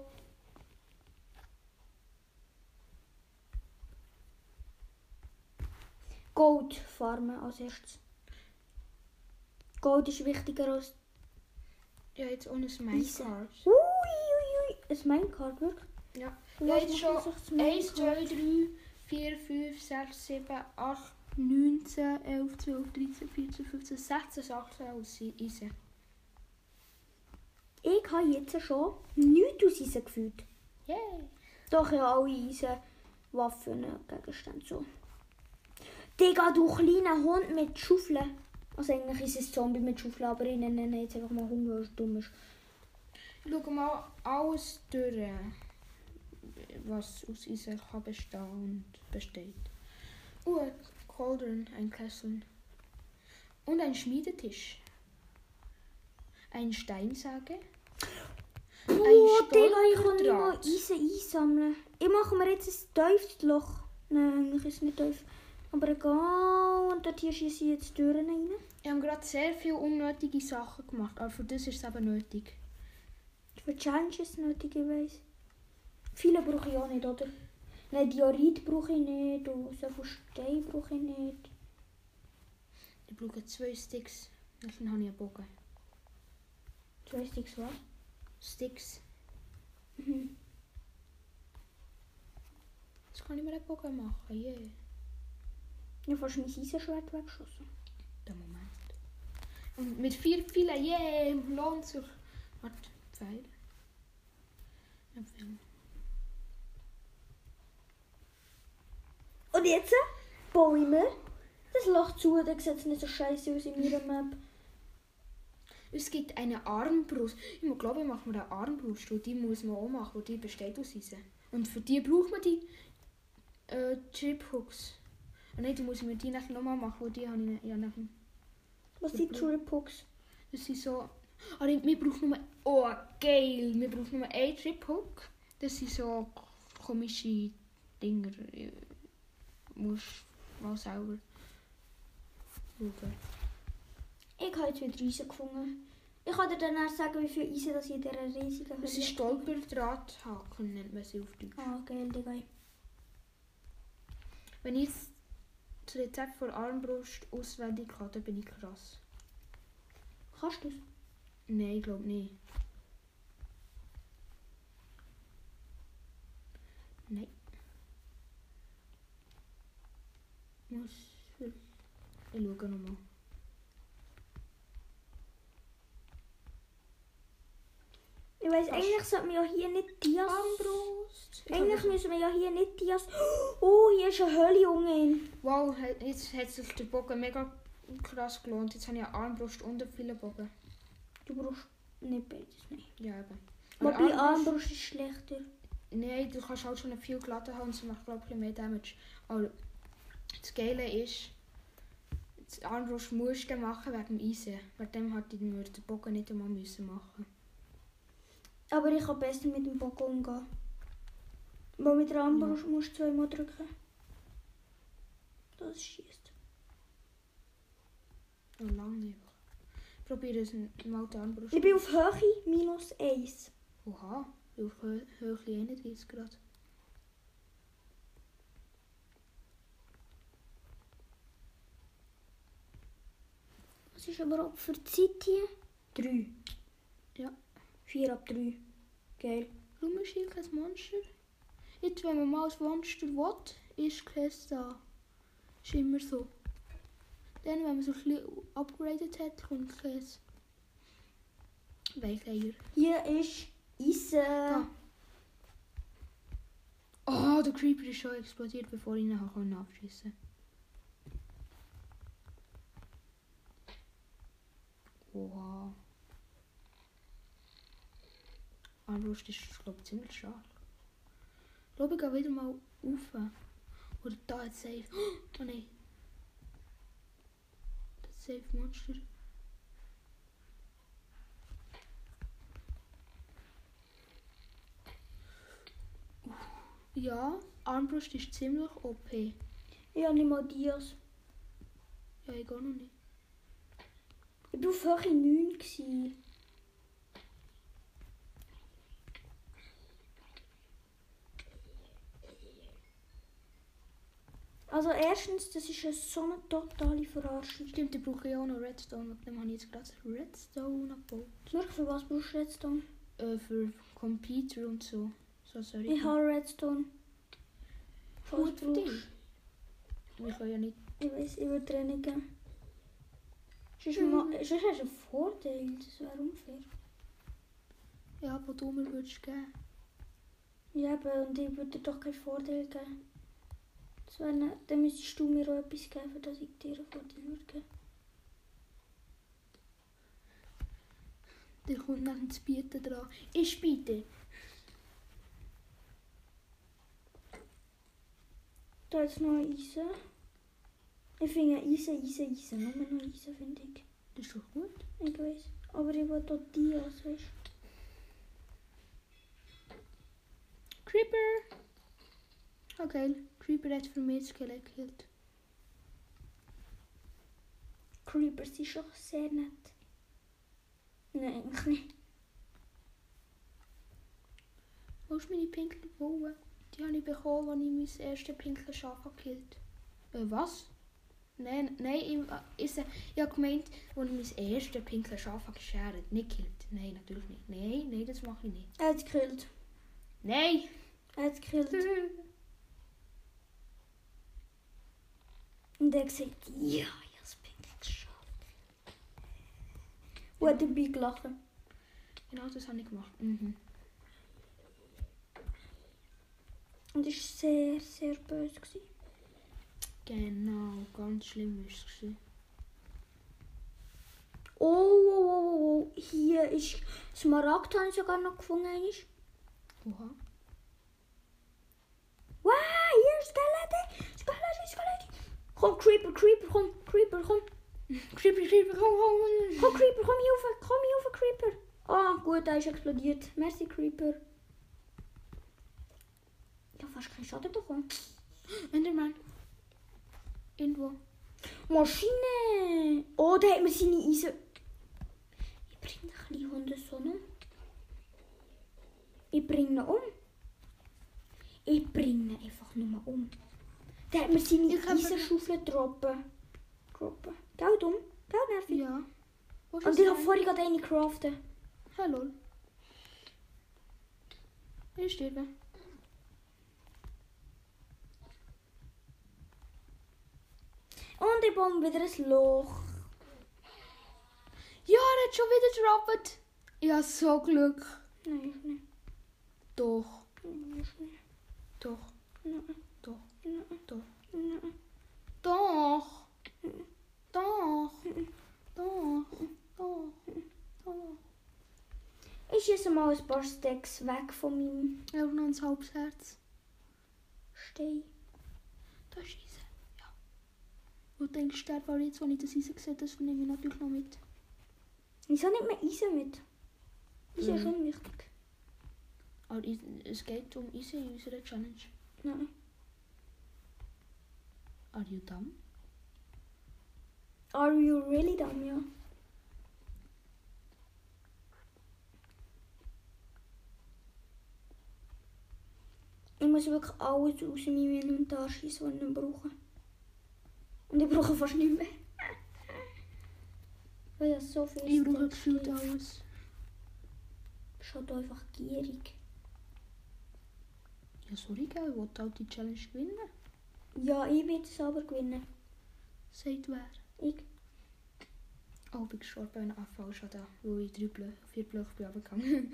Gold farmen als erstes. Gold ist wichtiger als... Ja, jetzt ohne das Minecart. Ui, ui, ui. Ein Minecart, wirklich? Ja. Und Ja, was jetzt macht schon man sich das eins, zwei, Minecart? drei, vier, fünf, sechs, sieben, acht, neun, zehn, elf, zwölf, dreizehn, vierzehn, fünfzehn, sechzehn Sachen aus Eisen. Ich habe jetzt schon nichts aus Eisen gefühlt. Yay! Doch, ja, alle Eisen, Waffen, Gegenstände so. Digga, du kleiner Hund mit Schaufeln. Also eigentlich ist es ein Zombie mit Schaufeln, aber ich nenne ihn jetzt einfach mal Hunger, weil es dumm ist. Ich schaue mal alles durch, was aus Eisen kann bestehen und besteht. Oh, ein Cauldron, ein Kessel. Und ein Schmiedetisch. Ein Steinsäge. Oh, Digga, ich kann nicht mal Stolperdraht. Eisen einsammeln. Ich mache mir jetzt ein tiefes Loch. Nein, eigentlich ist es nicht tief. Aber egal, und dort hier schieße ich jetzt Türen rein. Ich habe gerade sehr viele unnötige Sachen gemacht, aber für das ist es eben nötig. Für Challenges nötig, ich weiss. Viele brauche ich auch nicht, oder? Nein, Diorit brauche ich nicht und so viel Stein brauche ich nicht. Ich brauche zwei Sticks. Dann habe ich einen Bogen. Zwei Sticks was? Sticks. Mhm. Jetzt kann ich mir einen Bogen machen. Yeah. Ich habe fast mein Eisenschwert weggeschossen. Der Moment. Und mit vier Pfeilen, yeah, lohnt sich. Warte, Pfeil. Ja, Pfeil. Und jetzt baue ich mir das Loch zu, dann sieht es nicht so scheiße aus in meiner Map. Es gibt eine Armbrust. Ich glaube, ich mache mir eine Armbrust. Und die muss man auch machen, und die besteht aus Eisen. Und für die braucht man die äh, Chip-Hooks. Und nein, die muss ich mir die nachher nochmal machen, weil die habe ich ja nachher. Was sind Trip-Hooks? Das sind so... Ah, nein, wir brauchen nur... Oh, geil! Wir brauchen nur einen Chip-Hook. Das sind so komische Dinger. Ich muss mal selber schauen. Ich habe jetzt wieder Eisen gefunden. Ich kann dir dann erst sagen, wie viel Eisen das ich in dieser riesigen Höhle Das ist Stolperdrahthaken, nennt man sie auf Deutsch. Ah, geil, Digga. Wenn ich jetzt das Rezept von Armbrust auswendig kann, dann bin ich krass. Kannst du es? Nein, ich glaube nicht. Nein. Muss... Ich schaue nochmal. Ich weiss, eigentlich sollte man ja hier nicht Dias... Armbrust! Eigentlich müssen wir ja hier nicht Dias... Oh, hier ist eine Höhle, Junge. Wow, jetzt hat sich der Bogen mega krass gelohnt. Jetzt habe ich eine Armbrust und einen vielen Bogen. Du brauchst nicht beides, nein. Ja, eben. Wobei Armbrust ist schlechter. Nein, du kannst halt schon eine viel geladen haben und sie macht, glaube ich, ein bisschen mehr Damage. Aber das Geile ist, das Armbrust musst du machen wegen dem Eisen. Wegen dem hätte ich den Bogen nicht einmal müssen machen. Aber ich kann besser mit dem Bogen umgehen. Weil mit der Armbrust Ja. musst du zweimal drücken. Das schießt. Noch lange nicht. Ich probiere es mal die Armbrust. Ich bin auf Höhe minus eins. Oha, ich bin auf Hö Höhe einunddreißig Grad. Was ist überhaupt für die Zeit hier? drei. Ja. vier ab drei. Geil. Warum ist hier kein Monster? Jetzt, wenn man mal ein Monster will, ist keins da. Ist immer so. Dann, wenn man so ein bisschen upgraded hat, kommt keins. Weicheier. Hier ist Eisen. Da. Oh, der Creeper ist schon explodiert, bevor ich ihn abschießen konnte. Oha. Armbrust ist, glaube ich, ziemlich stark. Ich glaube, ich gehe wieder mal rauf. Oder da jetzt safe. Oh nein. Das Safe Monster. Ja, Armbrust ist ziemlich O P. Ich habe nicht mal Dias. Ja, ich gehe noch nicht. Ich war auf Höhe neun. Gewesen. Also erstens, das ist eine so eine totale Verarschung. Stimmt, ich brauche ja auch noch Redstone. Mit dem habe ich jetzt gerade Redstone abgebaut. Wirklich, für was brauchst du Redstone? Äh, für Computer und so. So sorry. Ich habe Redstone. Gut Was für dich. brauchst Ich kann ja nicht. Ich weiß, ich würde Training geben. Sonst Mhm. ma- sonst hast du einen Vorteil, das wäre unfair. Ja, aber du mir würdest geben. Ja, aber und ich würde dir doch keinen Vorteil geben. Das wäre ne, dann müsstest du mir auch etwas geben, für das ich dir einen Vorteil würde geben. Der kommt nachher das Bieten dran. Ich biete. Da ist noch Eisen. Ich finde Eisen, Eisen, Eisen. Nur noch Eisen, finde ich. Das ist doch gut. Ich weiß. Aber ich will dort Dias, weißt Creeper! Okay, Creeper hat für mich das Skelett gekillt. du? Creepers sind schon sehr nett. Nein, eigentlich nicht. Wo ist meine pinkle Bolle? Die habe ich bekommen, als ich mein erstes pinkles Schaf gekillt habe. Äh, was? Nein, nein, ich, ich, ich habe gemeint, als ich mein erstes pinkles Schaf geschert habe. Nicht gekillt. Nein, natürlich nicht. Nein, nein, das mache ich nicht. Er hat es gekillt. Nein! Er hat es gekillt. Und er hat gesagt, ja, ich habe das Pinkel geschafft. Und hat dabei gelacht. Genau das habe ich gemacht. Mhm. Und es war sehr, sehr böse. Gewesen. Genau, ganz schlimm war es. Oh, oh, oh, oh, hier ist Smaragd, habe ich sogar noch gefunden. Oha. Wow, hier ist Skelette, Skelette, Skelette. Komm, Creeper, Creeper, komm, Creeper, komm. Creeper, Creeper, komm, komm. Komm, Creeper, komm hier rauf, komm hier rauf, Creeper. Ah, oh, gut, der ist explodiert. Merci, Creeper. Ich habe fast keinen Schaden bekommen. Enderman. Irgendwo. Maschine. Oh, da hat man seine Eisen. Ich bringe ein bisschen Hundesonne um. Ich bringe ihn um. Ich bringe ihn einfach nur um. Da hat man seine Ich kann Eisenschaufel droppen. Droppen. Gell, dumm? Gell, nervig? Ja. Wo ist Und das ich habe denn? vorhin gerade eine craften. Hallo. Ich sterbe. Und ich baue wieder ein Loch. Ja, er hat schon wieder gedroppt. Ich habe so Glück. Nein, ist nicht. Doch, Nein, ist nicht. doch, Nein, doch, nein, doch, nein. doch, doch, doch, doch, doch. Ich schieße mal ein paar Stacks weg von meinem Ich habe noch ein halbes Herz. Stein. Da ist Eisen. Ja. Und denkst du, weil jetzt, wenn ich das Eisen sehe, das nehme ich natürlich noch mit. Wieso nicht mehr Eisen mit? Eisen ist Mhm. schon wichtig. Aber es geht um Eisen in unserer Challenge. Nein. Are you dumb? Are you really dumb, ja? Ich muss wirklich alles aus meinem Inventar schießen, was ich nicht brauche. Und ich brauche fast nicht mehr. Weil ich so viel Ich brauche Stacks gefühlt steht. alles. Bist halt einfach gierig. Ja, sorry, gell, ich wollte halt die Challenge gewinnen. Ja, ich will es aber gewinnen. Sagt wer? Ich. Oh, ich bin gestorben bei einem Abfall schon da, wo ich drei Blöcke, vier Blöcke bin runtergegangen.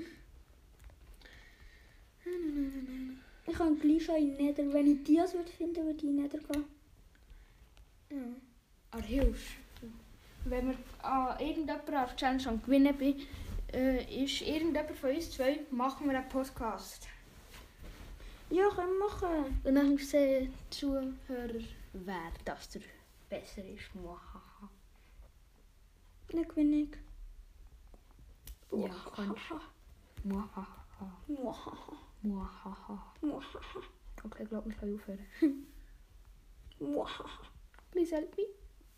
Ich kann gleich schon in Nether. Wenn ich Dias würde finden, würde ich in Nether gehen. Ja. Aber hilfst. Wenn wir an irgendjemanden auf der Challenge am Gewinnen bin, äh, ist irgendjemand von uns zwei, machen wir einen Podcast. Ja, können wir machen. Und dann sehen die Zuhörer, wer das der besser ist. Muahaha. Dann gewinne ich. Ja, kannst du. Muahaha. Muahaha. Muahaha. Muahaha. Okay, ich glaube, wir können aufhören. Muahaha. Please help me.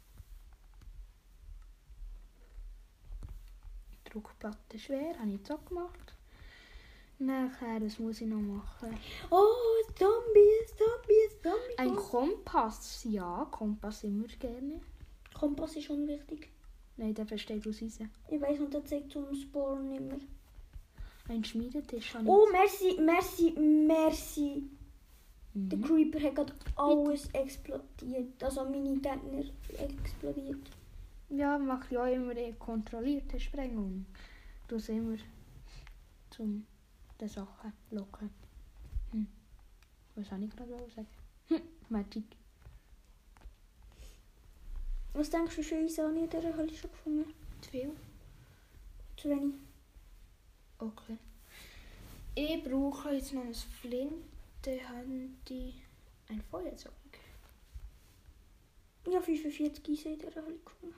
Druckplatte schwer, habe ich jetzt auch gemacht. Nachher, das muss ich noch machen. Oh, Zombies, Zombies, Zombies. Ein Kompass, ja, Kompass immer gerne. Kompass ist unwichtig. Nein, der besteht aus Eisen. Ich weiss, und der zeigt zum Sporen immer. Ein Schmiedetisch habe ich. Oh, merci, merci, merci. Der Mhm. Creeper hat gerade alles explodiert. Also meine Gegner explodiert. Ja, mache ich auch immer eine kontrollierte Sprengung. Du sie immer zum den Sachen locken. Hm. Was soll ich gerade sagen? Hm. Magic. Was denkst du, wie viel Eisen habe ich in dieser Hölle schon gefunden? Zu viel? Zu wenig. Okay. Ich brauche jetzt noch ein Flinte, Handy, ein Feuerzeug. Ich habe fünfundvierzig Eisen in dieser Hölle gefunden.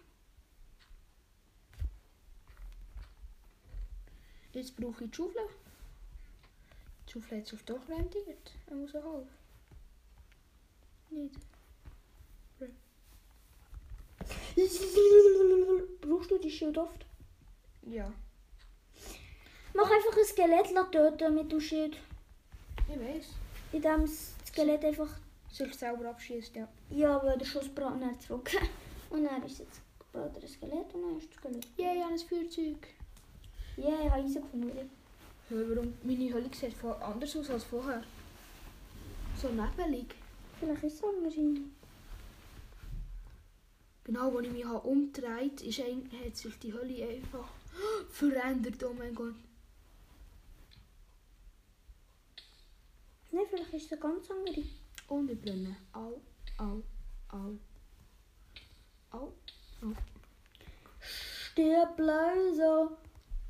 Jetzt brauche ich die Schaufel. Die Schaufel hat sich doch rentiert. Er muss auch halb. Nicht. Brauchst du die Schild oft? Ja. Mach einfach ein Skelett töten mit dem Schild. Ich weiß. In dem das Skelett einfach... Sich selber abschießt, ja. Ja, weil der Schuss brennt dann zurück. Und dann ist jetzt gebrannt ein Skelett und dann ist das Skelett. Ja, yeah, ein Feuerzeug. Ja, yeah, ich habe rausgefunden. Hör, warum meine Höhle sieht voll anders aus als vorher? So nebelig. Vielleicht ist es wahrscheinlich. Genau, als ich mich umgedreht habe, ist ein, hat sich die Hölle einfach verändert. Oh mein Gott. Nein, vielleicht ist es eine ganz andere. Und ich brenne. Au, au, au. Au, au. Stirb so.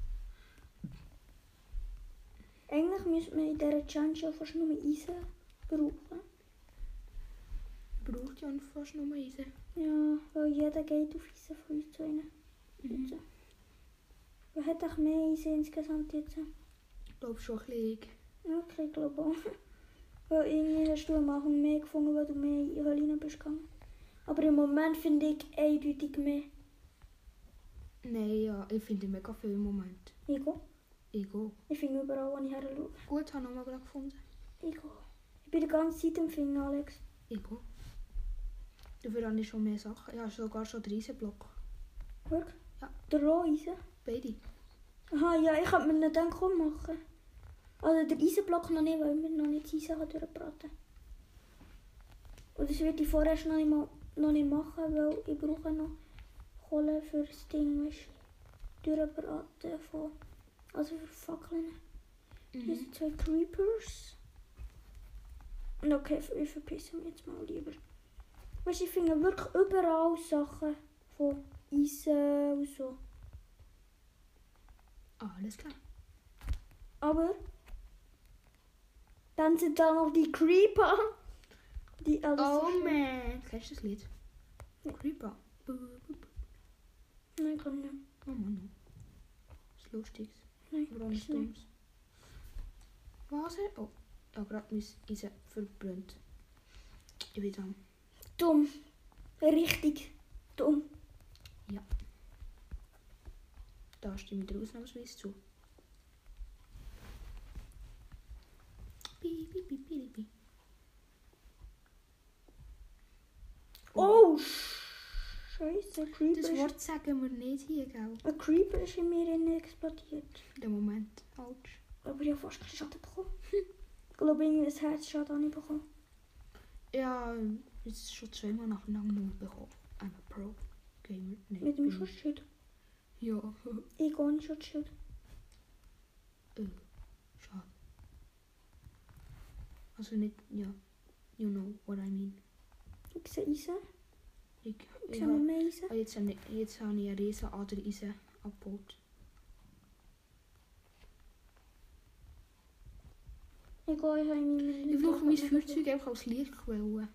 Eigentlich müsste man in dieser Challenge ja fast nur Eisen brauchen. Braucht ja fast nur Eisen. Ja, weil jeder geht auf Eisen von uns zu ihnen. Mhm. Wer hat auch mehr Eisen insgesamt jetzt? Ich glaube schon ein bisschen. Okay, ich glaube auch. Weil irgendwie hast du am Anfang mehr gefunden, weil du mehr in die Höhle rein bist gegangen. Aber im Moment finde ich eindeutig mehr. Nein, ja, ich finde mega viel im Moment. Ego. Ego. Ich finde überall, wo ich her schaue. Gut, habe ich nochmal gerade gefunden. Ego. Ich bin die ganze Zeit am Finden, Alex. Ego. Dafür habe ich schon mehr Sachen. Ich habe sogar schon den Eisenblock. Wirklich? Ja. Der Roheisen? Beide. Aha, ja, ich könnte mir nicht dann machen. Also der Eisenblock noch nicht, weil wir noch nicht das Eisen durchbraten. Und das würde ich vorerst noch nicht, mal, noch nicht machen, weil ich brauche noch Kohle für das Ding, weißt du, durchbraten von, also für Fackeln. Mhm. Hier sind zwei Creepers. Und okay, ich verpisse mich jetzt mal lieber. Weißt du, ich finde wirklich überall Sachen von Eisen und so. Ah, alles klar. Aber dann sind da noch die Creeper. Die alles Oh zerstören. man. Kennst du das Lied? Ja. Creeper. Nein, kann ich nicht. Oh Mann. Das ist lustig. Nein, Aber auch nicht ist nicht. Dummes. Was? Oh, ich habe gerade mein Eisen verbrannt. Ich bin dran. Dumm. Richtig dumm. Da stimme ich dir ausnahmsweise zu. Bi, bi, bi, bi, bi. Oh, Scheiße, Creeper. Das ist- Wort sagen wir nicht hier, gell? Ein Creeper ist in mir innen explodiert. Der Moment. Autsch. Aber ich habe fast keinen Schaden bekommen. Ich glaube, irgendwie ein Herzschaden habe ich bekommen. Ja, jetzt schon zweimal nacheinander nur bekommen. I'm a Pro Gamer. Nein, Mit dem bin ich. Schutzschild. Ja. Ich gehe nicht Schutzschild. äh, schade. Also nicht, ja. You know what I mean. Ich sehe Eisen. Ich, Ich ich sehe noch ha- mehr Eisen. ah, jetzt, habe ich, jetzt habe ich eine riesen Ader Eisen abgebaut. Ich gehe, ich habe meine... Ich brauche mein Feuerzeug einfach als Lichtquelle.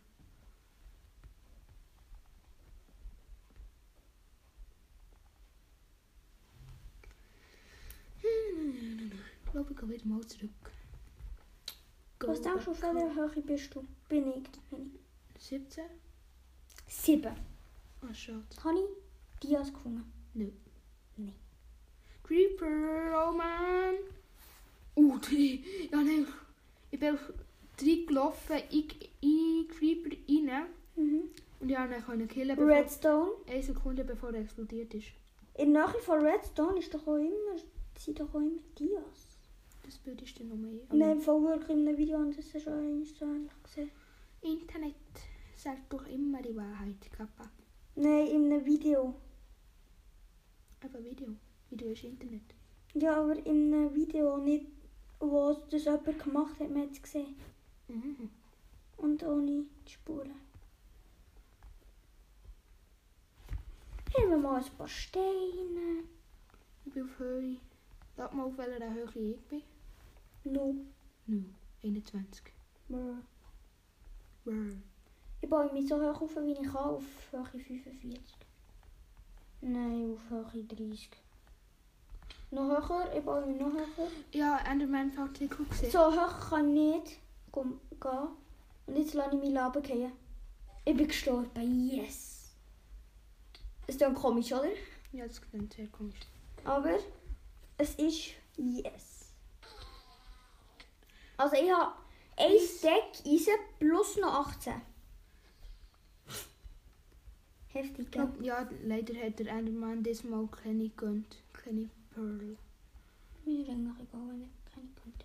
Ich glaube, ich gehe wieder mal zurück. Was denkst du, auf welcher Höhe bist du? Bin ich. Bin siebzehn? ich. Sieben. Ah, schade. Habe ich Dias gefunden? Nö. Nein. Creeper, oh man! Uh, drei. Ja, nein. Ich bin auf drei gelaufen, ich in Creeper rein. Mhm. Und ich konnte ihn killen, bevor, Redstone. eine Sekunde bevor er explodiert ist. In der Nähe von Redstone ist doch auch immer, sind doch auch immer Dias. Das Bild ist dann noch mehr. Nein, von wirklich in einem Video und das ist schon einmal so ähnlich gesehen. Internet sagt doch immer die Wahrheit, Kappa. Nein, in einem Video. Aber Video. Video ist Internet. Ja, aber in einem Video nicht, wo das jemand gemacht hat, man hat es gesehen. Mhm. Und ohne die Spuren. Hier haben wir mal ein paar Steine. Ich bin auf Höhe. Sag mal, auf welcher Höhe ich bin. No. Nu, einundzwanzig. Brr. Brr. Ich baue mich so hoch auf, wie ich kann, auf Höhe fünfundvierzig. Nein, auf Höhe dreißig. Noch höher, ich baue mich noch höher. Ja, Enderman Artikel gesehen. So hoch kann ich nicht gehen. Und jetzt lasse ich mich runterfallen. Ich bin gestorben, yes! Es ist dann komisch, oder? Ja, das klingt sehr komisch. Aber es ist yes. Also ich habe ein Stack Eisen plus noch achtzehn. Heftig, Ich gell? glaub, ja, leider hat der Enderman diesmal keine gegönnt. Keine Pearl. Mir ist eigentlich egal, wenn ich keine könnte.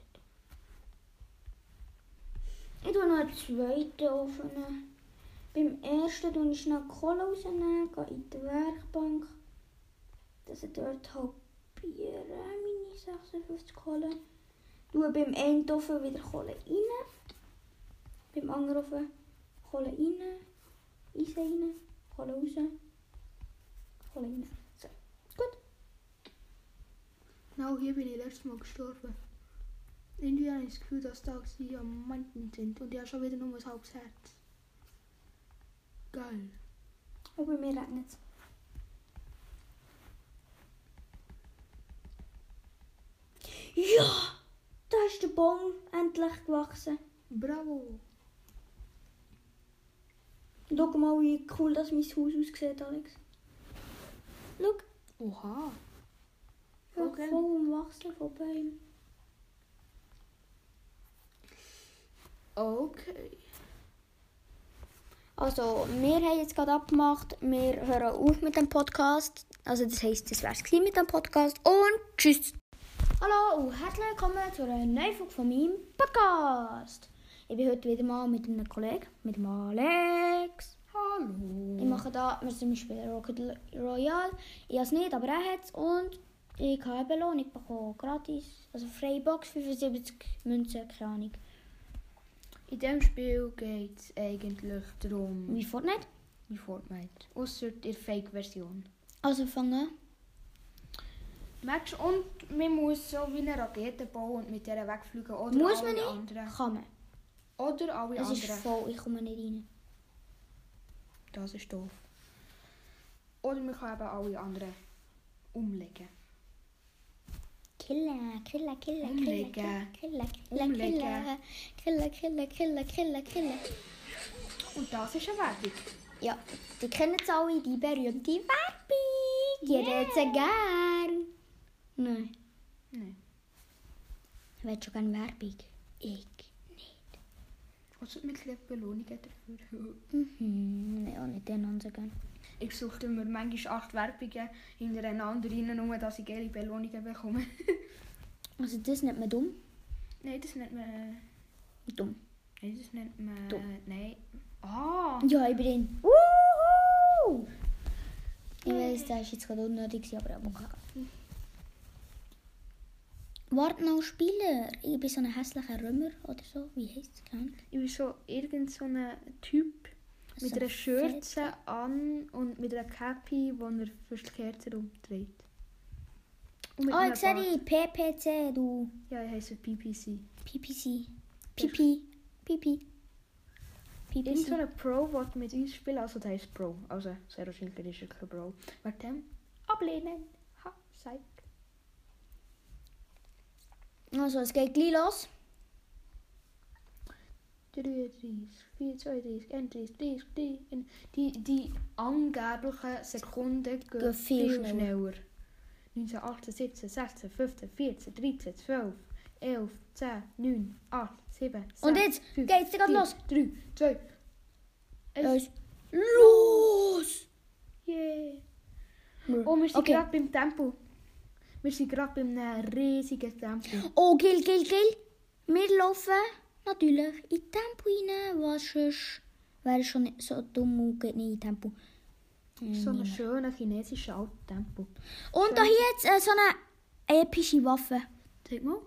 Ich tue noch einen zweiten Ofen. Beim ersten tue ich schnell Kohle rausnehmen, gehe in die Werkbank. Dass ich dort halbiere, meine sechsundfünfzig Kohle. Tue beim einen Ofen wieder Kohle rein. Beim anderen Ofen Kohle rein. Eisen rein. Kohle raus. Kohle rein. So, gut. Genau, hier bin ich letztes Mal gestorben. Irgendwie habe ich das Gefühl, dass da Diamanten sind und ich habe schon wieder nur ein halbes Herz. Geil. Und bei mir regnet es. Ja! Da ist der Baum endlich gewachsen. Bravo. Schau mal, wie cool das mein Haus aussieht, Alex. Schau, Oha. ja, Okay. voll umwachsen von Bäumen. Okay. Also, wir haben jetzt gerade abgemacht, wir hören auf mit dem Podcast. Also, das heisst, das wär's gewesen mit dem Podcast. Und tschüss! Hallo und herzlich willkommen zu einer neuen Folge von meinem Podcast. Ich bin heute wieder mal mit einem Kollegen, mit dem Alex. Hallo. Ich mache da, wir sind spielen Rocket Royale. Ich habe es nicht, aber er hat es. Und ich habe eine Belohnung bekommen, gratis. Also freie Box, fünfundsiebzig Münzen, keine Ahnung. In diesem Spiel geht es eigentlich darum, Wie Fortnite? wie Fortnite. Ausser der Fake-Version. Also fangen an. Merkst du, und man muss so wie eine Rakete bauen und mit der wegfliegen. Oder Muss alle man nicht? anderen. Kann man. Oder alle Es ist anderen. voll, ich komme nicht rein. Das ist doof. Oder man kann eben alle anderen umlegen. Killen, killen, killen, Umlegen. killen, killen, killen, Umlegen. killen, killen, killen, killen, killen. Und das ist eine Werbung. Ja, die kennen es alle, die berühmte Werbung. Die yeah. sie gern. Nein. Nein. Ich will schon gerne Werbung. Ich. Also mit der Belohnung dafür. Mhm, nein, auch nicht den anderen gern. Ich suchte mir manchmal acht Werbungen hintereinander rein, nur dass ich geile Belohnungen bekomme. Also das nennt man dumm. Nein, das nennt man... Dumm. Nein, das nennt man... Dumm. Nein. Ah! Ja, ich bin drin. Wuhu! Ich weiss, das ist jetzt gerade unnötig, aber ja, okay. Warten auf Spieler. Ich bin so ein hässlicher Römer oder so. Wie heisst es? Keine Ahnung. Ich bin so irgend so ein Typ mit So einer Schürze an und mit einer Cappy, die er fast die Kerze rumdreht. Und mit Oh, einem ich sehe Bart. dich. P P C, du. Ja, ich heiße P P C. P P C. Pipi. Pipi. Irgend so Pipi. ein Pro, der mit uns spielt, also der heißt Pro. Also sehr wahrscheinlich ist er kein Pro. Warte, ablehnen. Ha, Psych. Also, es geht gleich los. dreiunddreißig, vierundzwanzig, einunddreißig, dreißig, dreißig. Die, die angeblichen Sekunden gehen Gehen viel viel schneller. schneller. neunzehn, achtzehn, siebzehn, sechzehn, fünfzehn, vierzehn, dreizehn, zwölf, elf, zehn, neun, acht, sieben, sechs, Und jetzt fünf, geht's gerade vier, los. drei, zwei, Eins. Los! Yeah. Oh, wir sind Okay. gerade beim Tempo. Wir sind gerade beim einem riesigen Tempo. Oh, Gil, Gil, Gil. Wir laufen natürlich in Tempo rein. Was sonst wäre schon nicht so dumm und geht nicht in Tempo. So ein schöner chinesischer alter Tempo. Und da hier jetzt äh, so eine epische Waffe. Zeig mal.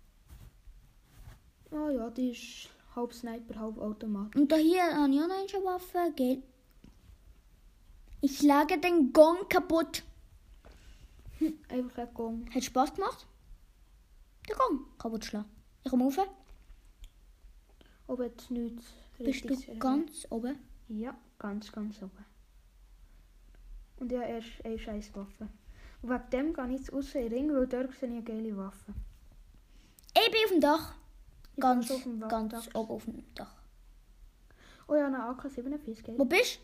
Oh ja, die ist halb Sniper, halb Automat. Und da hier habe ich auch noch eine Waffe. Gell? Ich schlage den Gong kaputt. Einfach ein Gong. Hat Spaß gemacht? Den Gong kaputt schlagen. Ich komme rauf. Ob jetzt nichts Bist du Richtiges ganz oben? Ja, ganz, ganz oben. Und ja, erst eine scheiß Waffe. Und wegen dem gehe ich jetzt raus in den Ring, weil dort sehe ich eine geile Waffe. Ich bin auf dem Dach. Ich Ganz, bin auf dem ganz Dach. oben auf dem Dach. Oh ja, eine A K siebenundvierzig, geil. Wo bist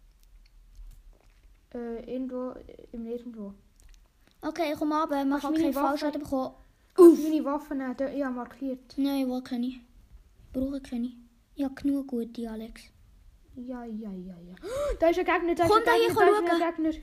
Äh, irgendwo im Nirgendwo. du? Okay, ich komme runter. Man Kannst kann du keine meine Waffe- Fallschaden bekommen. Kannst du meine Waffen nehmen? Dort- Ich habe markiert. Nein, wo kann ich? Brauche keine. Ich habe genug gute, Alex. Ja, ja, ja, ja. Da ist ein Gegner, da ist Komm ein da hier, Gegner, da ist schauen. ein Gegner.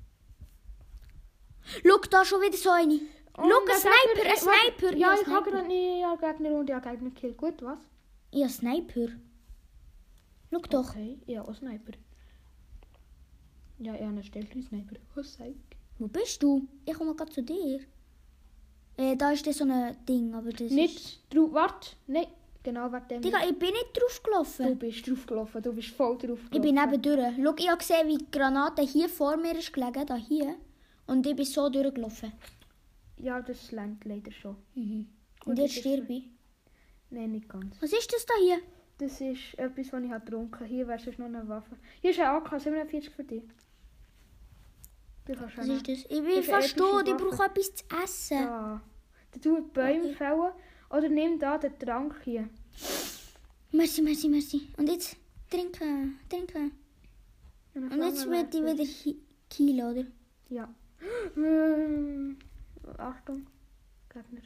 Schau, da schon wieder so eine. Schau, Und ein Sniper, ein Gegner- Sniper. Ja, ein ich habe Sniper. gerade nie ja, Gegner und ja, Gegner gekillt. Gut, was? Ja, Sniper. Schau doch. Okay, ja, auch Sniper. Ja, ja, eine Stellchen-Sniper. Was sag? Wo bist du? Ich komme gerade zu dir. Äh, da ist das so ein Ding, aber das ist... Nicht drauf, warte. Nein, genau, warte. Digga, ich bin nicht drauf Du gelaufen. bist draufgelaufen, du bist voll draufgelaufen. Ich bin nebendurch. Schau, ich habe gesehen, wie die Granate hier vor mir ist gelegen, da hier. Und ich bin so durchgelaufen. Ja, das lernt leider schon. Mhm. Gut, Und das jetzt ist stirbe ich. Nein, nicht ganz. Was ist das da hier? Das ist etwas, was ich habe getrunken. Hier wäre es noch eine Waffe. Hier ist ein A K siebenundvierzig für dich. Du kannst Was schon ist das? Ich Das bin ist eine fast tot, ich epische brauche etwas zu essen. Ja. Du tust die Bäume Okay. fällen oder nimm da den Trank hier. Merci, merci, merci. Und jetzt trinken, trinken. Eine Und jetzt Flamme wird ich werfen. wieder hi- killen, oder? Ja. Ähm, Achtung. Gegner.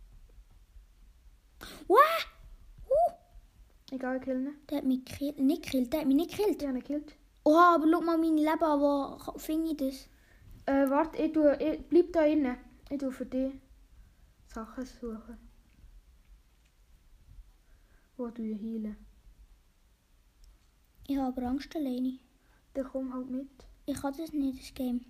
Wow! Uh, Egal, killen. der hat mich gekillt. Nicht gekillt, der hat mich nicht gekillt. Die haben ihn gekillt. Oha, aber schau mal mein Leben an, wo finde ich das? Äh, warte, ich, tue, ich bleib da innen. Ich tue für dich Sachen suchen. Wo du heilen. Ich habe aber Angst alleine. Dann komm halt mit. Ich kann das nicht, das Game.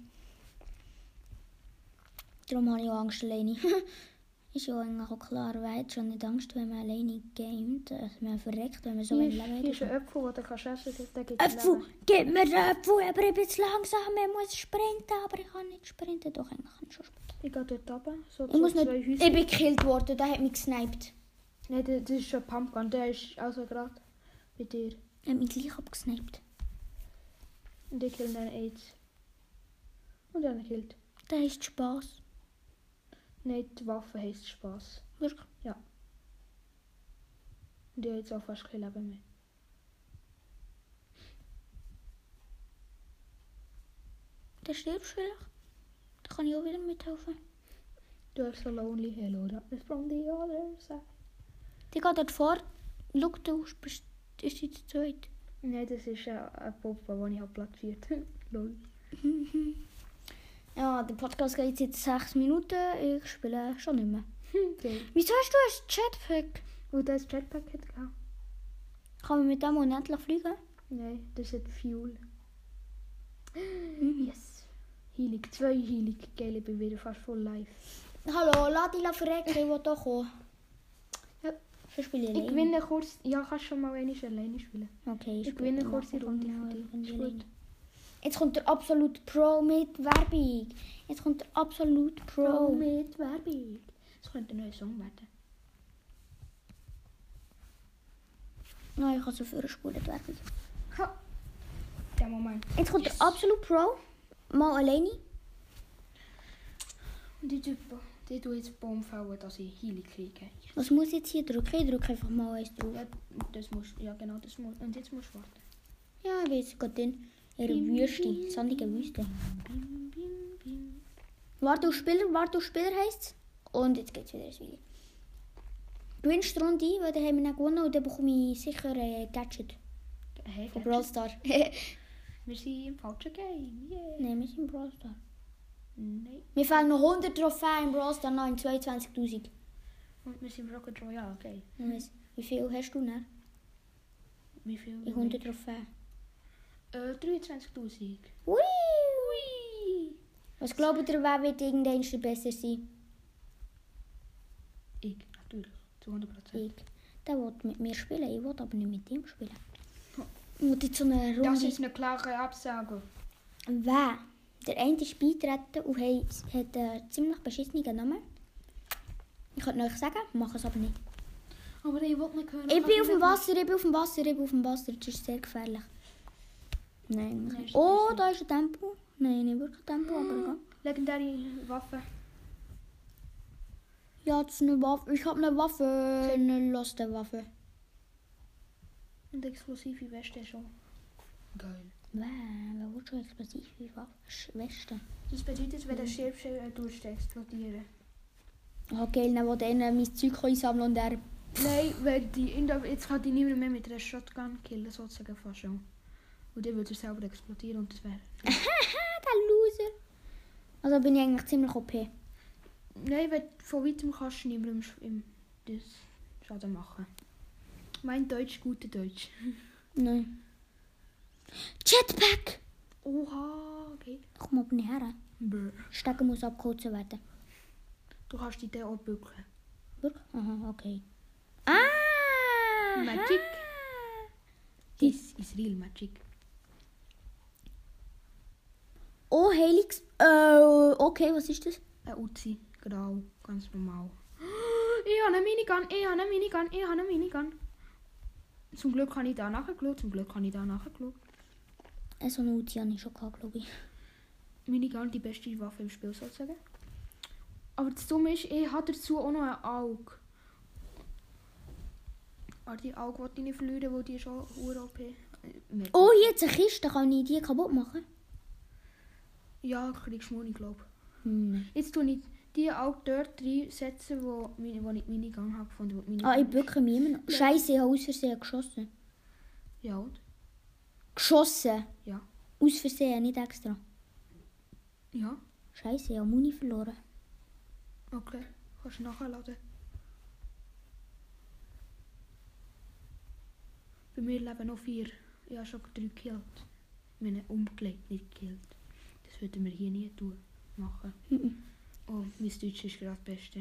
Darum habe ich auch Angst alleine. Ist ja eigentlich auch klar, wer hat schon nicht Angst, wenn man alleine gamet. Also man verreckt, wenn man so ein Hier, Leben hier ist ein hat. Apfel, den du kannst essen kannst. Der gibt dir Äpfel! Leben. Gib mir den Äpfel, aber ich bin zu langsam. Ich muss sprinten, aber ich kann nicht sprinten. Doch, eigentlich kann ich schon sprinten. Ich gehe dort runter. So Ich muss zu nicht... zwei Ich Häusern. bin gekillt worden, der hat mich gesniped. Nein, das das ist schon Pumpgun. Der ist also gerade bei dir. Er hat mich gleich abgesniped. Und ich kill den AIDS. Und er killt. Der ist Spaß. Nein, die Waffe heisst Spaß. Wirklich? Und ich habe jetzt auch fast kein Leben mehr. Der stirbt vielleicht. Da kann ich auch wieder mithelfen. Du hast so lonely. Hello, darkness from the other side. Die geht dort vor. Schau, du bist... Ist die zu zweit? Nein, das ist äh, eine Puppe, die ich habe platziert. Lol. Ja, der Podcast geht jetzt sechs Minuten. Ich spiele schon nicht mehr. Okay. Wieso hast du ein Jetpack? Und das Jetpack hat gehabt? Kann man mit dem unendlich fliegen? Nein, das hat Fuel. Mhm. Yes. Healing. Zwei Healing. Geil, ich bin wieder fast voll live. Hallo, lass dich verrecken, ich will hier kommen. Ja. Ich spiele Ich alleine. gewinne kurz. Ja, kannst schon mal einmal alleine spielen. Okay, Ich gewinne spiele- kurz die Runde Ja, für ich dich. bin Ist alleine. gut. Jetzt kommt der Absolute Pro mit Werbung. Jetzt kommt der Absolute Pro. mit Werbung. Das könnte ein neuer Song werden. Nein, ich kann so vorspulen, die Werbung. Ha! Der Moment. Jetzt kommt der Absolute Pro. Mal alleine. Und die Typen, die tun jetzt Baum fällen, dass ich Healing kriege. Was muss ich jetzt hier drücken? Ich drücke einfach mal eins drauf. Ja, das muss, ja genau, das muss. Und jetzt musst du warten. Ja, ich bin jetzt gerade in ihrer Wüste. Sandige Wüste. Bim, bim, bim. Warte auf Spieler, warte auf Spieler heisst. Und jetzt geht's wieder ins Video. Gewinnst die Runde ein, weil dann haben wir dann gewonnen und dann bekomme ich sicher ein Gadget Hey, von Gadget. Brawl Star. Wir sind im falschen Game. Yeah. Nein, wir sind Brawl Star. Nein. Mir fehlen noch hundert Trophäen im Brawl Star, noch in zweiundzwanzigtausend. Und wir sind im Rocket Royale, okay. Ich weiss. Wie viel hast du denn? Wie viel? In hundert Trophäen. Äh, dreiundzwanzigtausend. Ui, ui. Was glaubt ihr, wer wird irgendwann besser sein? Ich, natürlich. Zu hundert Prozent. Ich. Der will mit mir spielen, ich will aber nicht mit ihm spielen. Und jetzt so eine Runde. Das ist eine klare Absage. Wer? Der eine ist beitreten und hat hat einen ziemlich beschissenen Namen. Ich könnte euch sagen, mache es aber nicht. Aber ich will nicht hören. Ich bin auf dem Wasser, ich bin auf dem Wasser, ich bin auf dem Wasser. Das ist sehr gefährlich. Nein, Nein, nicht. ist Oh, nicht. da ist ein Tempo. Nein, nicht wirklich Tempo, aber ja. Legendäre Waffe. Ja, das ist eine Waffe. Ich habe eine Waffe. Eine loste Waffe. Und explosive Weste schon. Geil. Wow, wer will schon explosive Waffe? Weste. Das bedeutet, wenn der Schirmschell durchsteckst, explodieren. Oh, geil, dann will einer mein Zeug einsammeln und er Nein, weil die in der, jetzt kann die niemand mehr mit einer Shotgun killen, sozusagen fast schon. Und dann würde er selber explodieren und das wäre... Der Loser. Also bin ich eigentlich ziemlich O P. Nein, weil von weitem kannst du niemandem im, das Schaden machen. Mein Deutsch, gute Deutsch. Nein. Jetpack! Oha, okay. Komm aber nicht her. Brr. Stecken muss abgeholzen werden. Du kannst dich dann auch bücken. Wirklich? Aha, okay. Ah! Magic. This is real magic. Oh, Helix. Äh, okay, was ist das? Ein Uzi, grau, ganz normal. Ich habe eine Minigun, ich habe eine Minigun, ich habe eine Minigun. Zum Glück habe ich da nachgeschaut, zum Glück habe ich da nachgeschaut. Äh, so eine Uzi habe ich schon gehabt, glaube ich. Minigun, die beste Waffe im Spiel sozusagen. Aber das Dumme ist, ich habe dazu auch noch ein Auge. Aber die Auge wollte ich nicht verlieren, weil die schon ur-O P. Oh, jetzt eine Kiste, kann ich die kaputt machen? Ja, kriegst du Moni, glaube ich. Hm. Jetzt tue ich die auch dort reinsetzen, wo, wo ich die Minigun habe gefunden. Wo die Minigun Ah, ich ist. bücke mich immer noch. Scheiße, ich habe aus Versehen geschossen. Ja, und? Geschossen? Ja. Aus Versehen, nicht extra. Ja, Scheiße, ich habe Muni verloren. okay. Kannst du nachladen. Bei mir leben noch vier. Ich habe schon drei gekillt. Ich meine, umgelegt, nicht gekillt. Das würden wir hier nie tun, machen. Mhm. Oh, mein Deutsch ist gerade das Beste.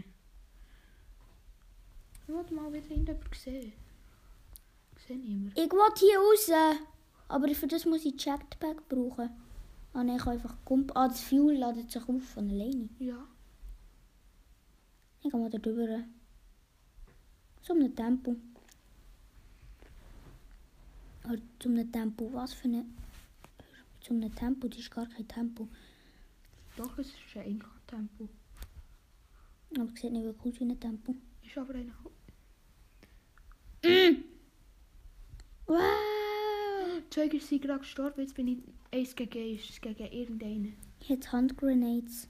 Ich wollte mal wieder jemanden sehen. Ich sehe niemanden. Ich will hier raus. Aber für das muss ich Jetpack brauchen. Ah nein, ich kann einfach Kump. Ah, das Fuel ladet sich auf von alleine. Ja. Ich gehe mal da drüber. So einem Tempo. Oder zu einem Tempo. Was für eine... Zu einem Tempo, das ist gar kein Tempo. Doch, es ist ein Inka-Tempo. Aber es sieht nicht wirklich aus wie ein Tempo. Ist aber ein... Wow! Zeuger sind gerade gestorben, jetzt bin ich eins gegen eins gegen irgendeinen. Jetzt Handgrenades.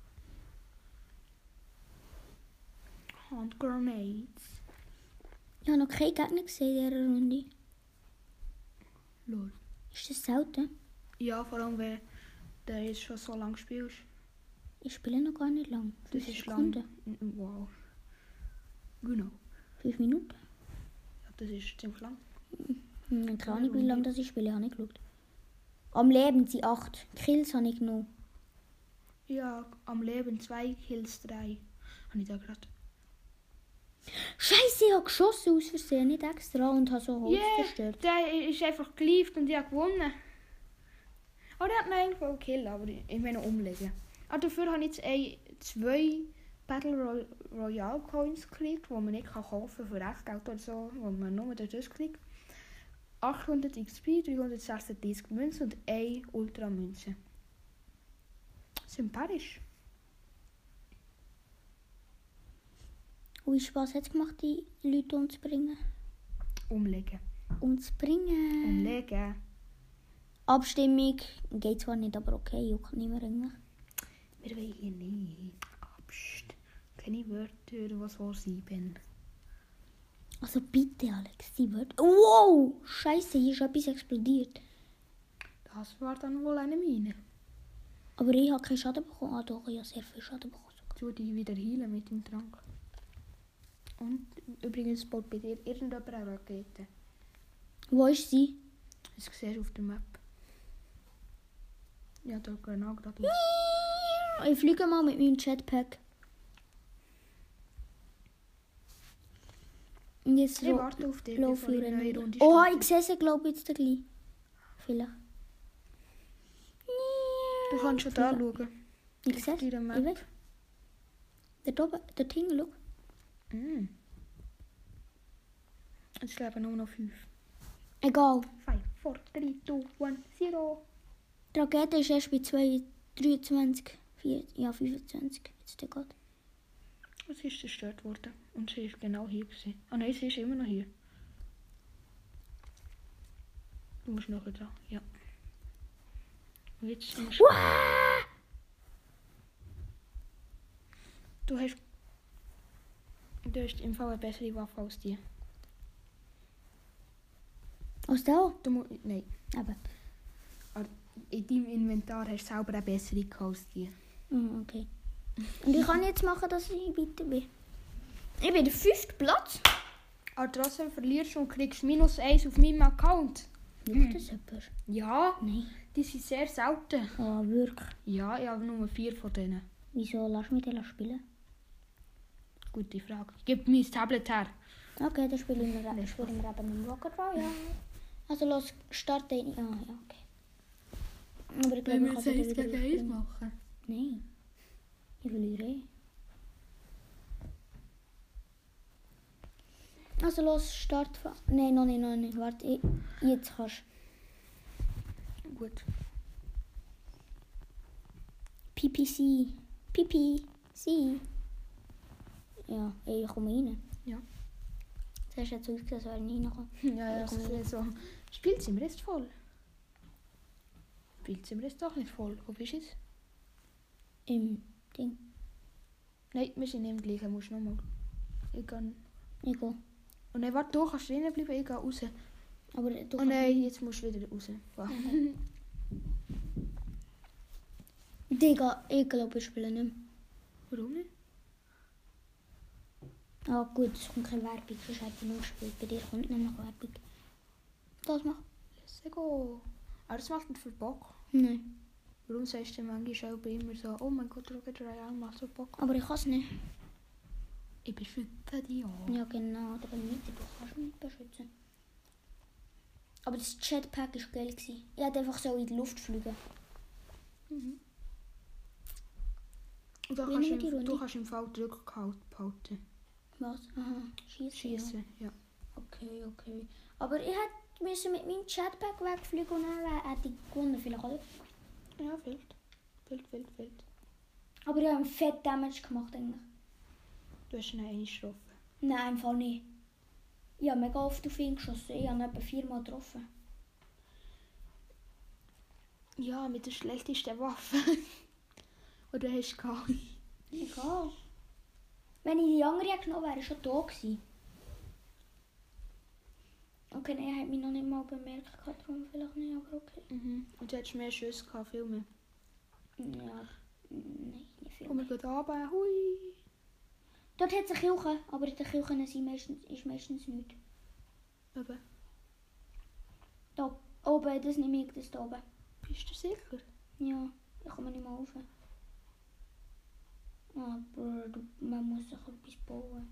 Handgrenades. Ich habe noch keinen Gegner gesehen in dieser Runde. Lol. Ist das selten? Ja, vor allem, wenn du jetzt schon so lange spielst. Ich spiele noch gar nicht lang. Das Fünf ist lang. Sekunden. Wow. Genau. Fünf Minuten. Ja, das ist ziemlich lang. Hm, keine Ahnung, wie lange das ich spiele, habe ich geschaut. Am Leben sind acht. Kills habe ich genommen. Ja, am Leben zwei, Kills drei. Habe ich da gerade. Scheiße, ich habe geschossen aus Versehen, nicht extra, und habe so Holz Yeah, zerstört. der ist einfach geliefert und ich habe gewonnen. Aber der hat noch einen voll Kill, aber ich meine umlegen. Aber dafür habe ich jetzt ein, zwei Battle Roy- Royale Coins gekriegt, die man nicht kann kaufen für Echtgeld oder so, wo man nur durch das kriegt. achthundert X P, dreihundertsechsunddreißig Münzen und eine Ultra Münze. Sympathisch. Wie Spaß hat es gemacht, die Leute umzubringen? Umlegen. Umzubringen. Umlegen. Abstimmung geht zwar nicht, aber okay, juckt nicht mehr eigentlich. Wir wollen hier nicht. Abst. Keine Wörter, was vor sieben. Also bitte, Alex, die wird. Wow! Scheiße, hier ist etwas explodiert. Das war dann wohl eine Mine. Aber ich habe keinen Schaden bekommen. Ah doch, ich habe sehr viel Schaden bekommen. Tu dich wieder heilen mit dem Trank. Und übrigens baut bei dir irgendjemand eine Rakete. Wo ist sie? Das siehst du auf der Map. Ja, da genau gerade aus. Ich fliege mal mit meinem Jetpack. Und jetzt Ich ro- warte auf dich, laufe bevor ich die neue rein. Runde Oh, startet. ich sehe sie, glaube ich, jetzt gleich. Vielleicht. Du kannst schon da schauen. Ich sehe Auf sie. deiner Ich Map. weiß. Dort oben, dort hinten, schau. Mm. Jetzt leben nur noch fünf. Egal. five, four, three, two, one, zero. Die Rakete ist erst bei zwei, dreiundzwanzig, vier, ja fünfundzwanzig. Jetzt der geht. Es ist zerstört worden. Und sie ist genau hier gewesen. Ah nein, sie ist immer noch hier. Du musst nachher dran. Ja. Und jetzt musst du... Du hast... Du hast im Fall eine bessere Waffe als die. Als der? Du mu- Nein. Eben. In deinem Inventar hast du selber eine bessere gehabt als die. Mhm, okay. Und ich kann jetzt machen, dass ich weiter bin. Ich bin der fünfte Platz. Aber trotzdem verlierst du und kriegst minus eins auf meinem Account. Juckt das jemand? Ja, Nein. die sind sehr selten. Ah, wirklich? Ja, ich habe nur vier von denen. Wieso lass mich den spielen? Gute Frage. Gib mir das Tablet her. Okay, dann spielen wir, dann spielen wir eben im Rocket Royale. Also los, start den. Ah, ja, okay. Aber ich glaube, ich kann den wieder aufspielen. machen? Nein. Ich verliere eh. Also los, start. Nein, noch nicht, noch nicht. Warte, ich, jetzt kannst Gut. P P C. P P C. Ja, ich komme rein. Ja. Zuerst hat es ausgesehen, als wäre ich nicht reingekommen. Ja, ja, das ist so. Spielzimmer ist voll. Spielzimmer ist doch nicht voll. Wo bist du jetzt? Im Ding. Nein, wir sind im gleichen. Musst du nochmal. Ich kann. Ich gehe. Oh nein, warte, du kannst drinnen bleiben. Ich gehe raus. Aber du Oh nein, jetzt musst du wieder raus. Wow. Digga, ich glaube, ich spiele nicht mehr. Warum nicht? Ah gut, es kommt keine Werbung, sonst hätte ich nur gespielt. Bei dir kommt nämlich Werbung. Das mach. Let's go. Aber das macht nicht viel Bock. Nein. Warum sagst du manchmal selber immer so, oh mein Gott, Rocket Royale macht so Bock? Aber ich kann es nicht. Ich beschütze dich auch. Ja genau, da bin ich nicht. Du kannst mich nicht beschützen. Aber das Jetpack war geil. Ich hätte einfach so in die Luft fliegen. Mhm. Und da Wie kannst nehmen wir die du, im- Runde? du kannst im Fall Druck behalten. Was? Aha, schießen. Schießen, ja. Ja. Okay, okay. Aber ich hätte müssen mit meinem Jetpack wegfliegen und dann wär- hätte ich gewonnen vielleicht, oder? Ja, wild. Wild, wild, wild. Aber ich habe einen fett Damage gemacht eigentlich. Du hast ihn einmal getroffen. Nein, im Fall nicht. Ich habe mega oft auf ihn geschossen. Ich habe ihn etwa viermal getroffen. Ja, mit der schlechtesten Waffe. Oder hast du gehabt? Egal. Wenn ich die andere hätte genommen wäre ich schon da gewesen. Okay, nein, er hat mich noch nicht mal bemerkt, darum vielleicht nicht, aber okay. Mhm. Und du hättest mehr Schüsse gehabt, viel mehr. Ja, nein, nicht viel. Und wir gehen runter, hui. Dort hat es eine Kirche, aber in der Kirche sind meistens, ist meistens nichts. Eben. Da oben, das nehme ich, das da oben. Bist du sicher? Ja, ich komme nicht mal rauf. Aber du, man muss sich etwas bauen.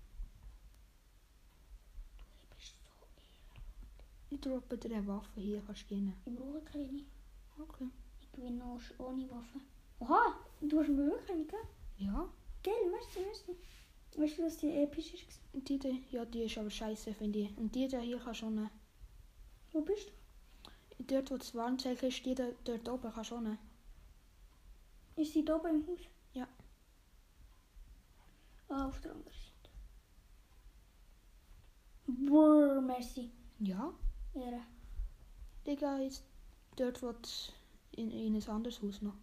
Du bist so irre. Ich droppe dir eine Waffe hier, kannst du gehen. Ich brauche keine. Okay. Ich gewinne noch ohne Waffe. Oha, du hast mir wirklich eine, gell? Ja. Geil, merci, merci. Weißt du, was die episch ist? Und die, da- ja, die ist aber scheiße, finde ich. Und die da hier kannst du auch nehmen. Wo bist du? Dort, wo das Warnzeichen ist, die da, dort oben kannst du auch nehmen. Ist sie da oben im Haus? Ja. Ah, auf der anderen Seite. Brrr, merci. Ja. Ehre. Die gehen jetzt dort, wo das in, in ein anderes Haus noch.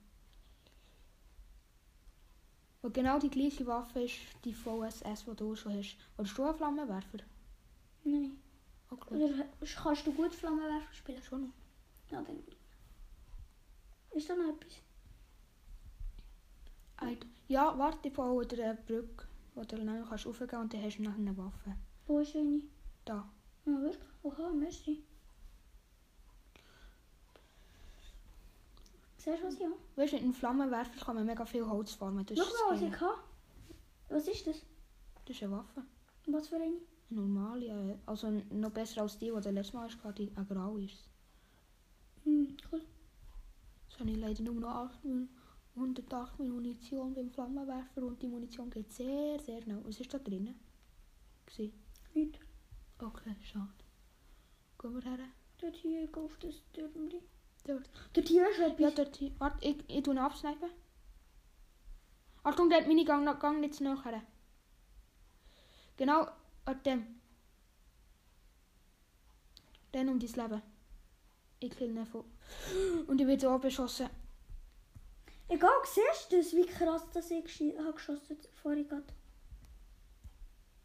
Und genau die gleiche Waffe ist die V S S, die du schon hast. Oder hast du einen Flammenwerfer? Nein. Okay. Oder kannst du gut Flammenwerfer spielen? Schon noch. Ja, dann. Ist da noch etwas? Eid- Ja, warte, ich baue dir eine Brücke, wo du dann kannst raufgehen kannst und dann hast du nachher eine Waffe. Wo ist eine? Da. Ja, wirklich? Oha, merci. Siehst du, was ich habe? Weißt du, mit einem Flammenwerfer kann man mega viel Holz farmen. Das Schau ist mal, was das ich habe. Was ist das? Das ist eine Waffe. Was für eine? Eine normale. äh, Also noch besser als die, die du letztes Mal hast, die eine grau ist. Hm, cool. Jetzt habe ich leider nur noch acht, hundertacht Munition beim Flammenwerfer und die Munition geht sehr, sehr schnell. Was ist da drinnen? Gewesen? Nicht. Okay, schade. Gehen wir her. Dort hier, ich gehe auf das Türmchen. Dort. Dort hier ist etwas. Ja, dort hier. Warte, ich, ich tue ihn absnipen. Achtung, der hat meine Gang, Gang nicht zu nahe her. Genau, an dem. Dann um dein Leben. Ich kill ihn von. Und ich werde oben beschossen. Egal, siehst du das, wie krass das ich geschi- habe geschossen vorhin gerade?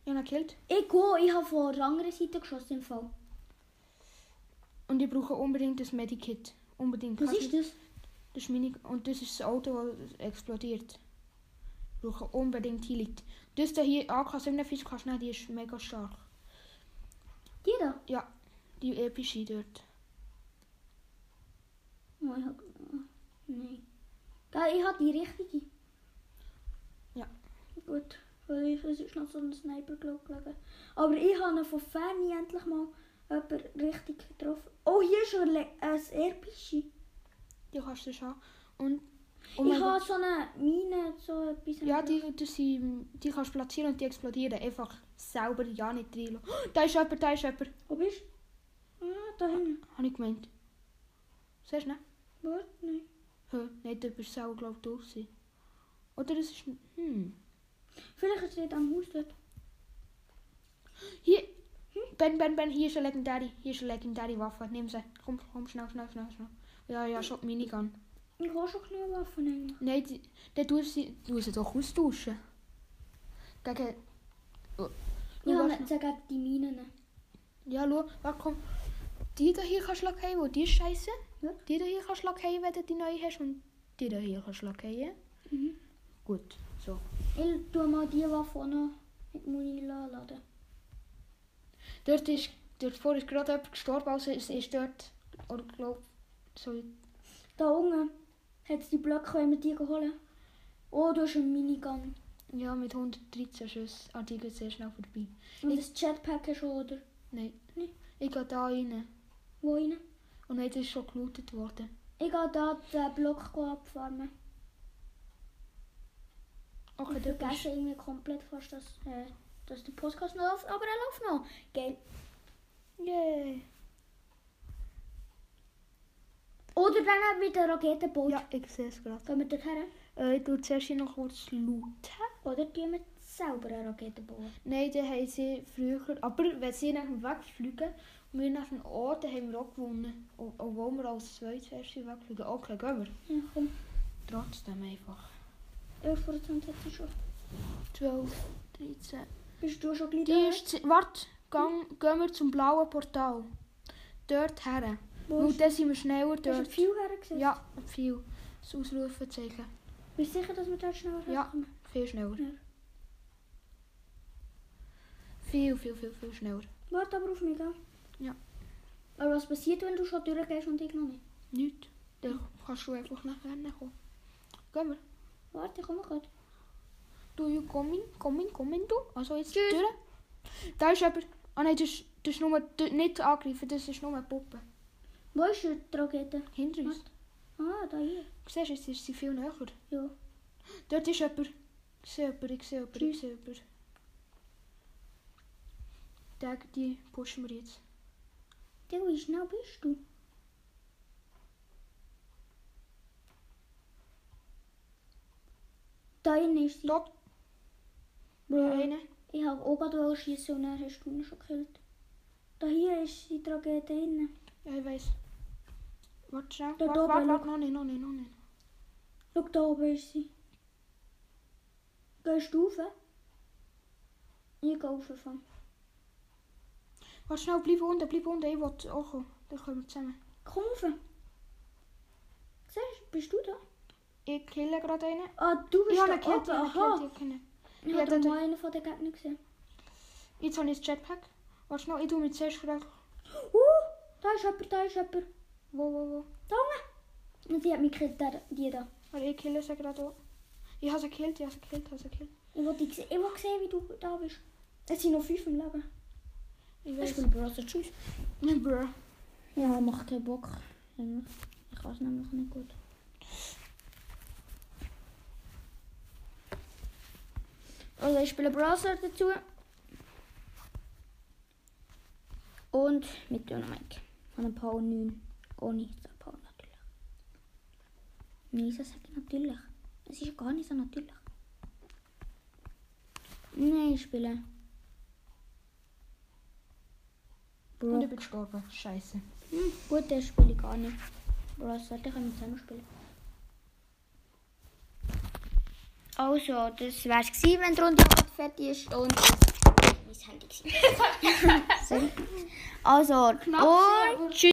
Ich habe ihn gekillt. Ich gehe, ich habe von der anderen Seite geschossen im Fall. Und ich brauche unbedingt das Medikit. Unbedingt. Was Kannst ist du- das? Das ist meine, und das ist das Auto, das explodiert. Ich brauche unbedingt Heilung. Das hier, A K siebenundfünfzig, kannst du nehmen, die ist mega stark. Die da? Ja, die epische dort. Oh, ich hab... Nein. Ja, ich habe die richtige. Ja. Gut, weil ich, es ist noch so ein Sniper gelegen. Aber ich habe ihn von Ferne endlich mal jemanden richtig getroffen. Oh, hier ist ein, Le- ein epische. Die kannst du schon. Und, oh Ich mein habe Gott. so eine Mine, so etwas. Ja, die, die, sind, die kannst du platzieren und die explodieren. Einfach selber ja nicht reinlassen. Oh, da ist jemand, da ist jemand. Wo bist du? Ah, da hinten. Habe ich gemeint. Siehst du, ne? Was? Nein. Hä? Nein, du bist selber, glaube ich, durch gewesen. Oder es ist... Hm. Vielleicht ist es am Haus dort. Hier. Ben, Ben, Ben, hier ist eine legendäre, hier ist eine legendäre Waffe. Nimm sie. Komm, komm, schnell, schnell, schnell, schnell. Ja, ja, schon die Minigun. Ich habe schon keine Waffen eigentlich. Nein, die, dann tust du sie, du sie doch austauschen. Gegen... Oh. Ich Schau, habe warte. nicht gegen die Minen. Ja, schau, warte, komm. Die da hier kannst du lackieren, die ist scheiße. Ja. Die da hier kannst du lackieren, wenn du die neue hast. Und die da hier kannst du lackieren. Mhm. Gut, so. Ich tue mal die Waffe auch noch mit Muni laden. Dort ist, dort vor ist gerade jemand gestorben, also es ist dort, oder glaub, so, Da unten hat es die Blöcke, wenn wir die holen. Oh, du hast einen Minigun. ja, mit hundertdreizehn Schüssen. Ah, die geht sehr schnell vorbei. Und das Jetpack hast du, oder? Nein, Nicht? ich gehe da rein. Wo rein? Und jetzt ist schon gelootet worden. Ich gehe da den Block abfarmen. Okay, Ich dort bist vergesse irgendwie komplett fast, dass, äh, dass der Podcast noch läuft, aber er läuft noch. Geil. Yay. Oder dann wieder Raketenboot. Ja, ich sehe es gerade. Gehen wir dorthin? Äh, ich tue zuerst hier noch kurz looten. Oder tun wir selber einen Raketenboot? Nein, dann haben sie früher... Aber wenn sie nach dem wegfliegen und wir nach dem Ort, dann haben wir auch gewonnen. O- Obwohl wir als zweites erst wegfliegen. Okay, gehen wir. Ja, komm. Trotzdem einfach. elf Prozent hat sie schon. zwölf, dreizehn... Bist du schon gleich Die da? ist... zi- Warte, gang, gehen wir zum blauen Portal. Dort her. Wo Weil ist dann sind wir schneller Hast du dort. viel hergesehen? Ja, viel. Das Ausrufezeichen. Bist du sicher, dass wir dort schneller Ja. herkommen? Viel schneller. Ja. Viel, viel, viel, viel schneller. Warte aber auf mich, gell? Ja. Aber was passiert, wenn du schon durchgehst und ich noch nicht? Nichts. Dann kannst du einfach nachher kommen. Gehen wir. Warte, ich komme gerade. Do you coming? Coming, coming, du? Also jetzt Tschüss. durch. Da ist jemand... Ah nein, das, ist- das ist nur... d- Nicht angreifen, das ist nur eine Puppe. Wo ist die Rakete? Hinter uns. Ah, da hier. Siehst du, jetzt ist sie viel näher. Ja. Dort ist jemand. Ich sehe jemanden, ich sehe jemanden, ich sehe jemanden. Die, die pushen wir jetzt. Der, wie schnell bist du? Da innen ist sie. Dort. Bro. Eine. Ich habe auch gerade schießen und dann hast du ihn schon gekillt. Da hier ist die Rakete innen. Ja, ich weiss. Warte schnell. Da Warte, oben, warte, schau. warte, noch nicht, noch nicht, noch nicht. Schau, da oben ist sie. Gehst du rauf? Ich gehe rauf. Fang. Warte schnell, bleib unten, bleib unten. Ich will auch kommen. Dann kommen wir zusammen. Komm rauf. Siehst du, bist du da? Ich kille gerade einen. Ah, du bist Ich habe da einen gekillt, oben. ich habe einen Aha. gekillt, ich habe ihn. Ich Ja, habe da- da mal einen von den Gegnern gesehen. Jetzt habe ich das Jetpack. Warte schnell, ich tue mir zuerst gerade... Uh, da ist jemand, da ist jemand. Wo, wo, wo? Da unten. Und die hat mich gekillt, der, die da. Aber ich kille sie gerade auch. Ich habe sie gekillt, ich habe sie gekillt, ich habe sie gekillt. Ich wollte sehen, ich will sehen, wie du da bist. Es sind noch fünf im Leben. Ich Ich weiß. spiele Brother, tschüss. Bruh. Ja, macht keinen Bock. Ich kann es nämlich nicht gut. Also ich spiele Browser dazu. Und mit Dynamik. Von einem Power neun. Gar nicht so Power natürlich. Nein, das sage ich natürlich. Es ist gar nicht so natürlich. Nein, ich spiele. Und Bro. ich bin gestorben. Scheiße. Hm, gut, das spiele ich gar nicht. Browser, den können wir zusammen spielen. Also, das wär's gewesen, wenn die Runde fertig ist. Und mein Handy. gewesen. Also, und tschüss.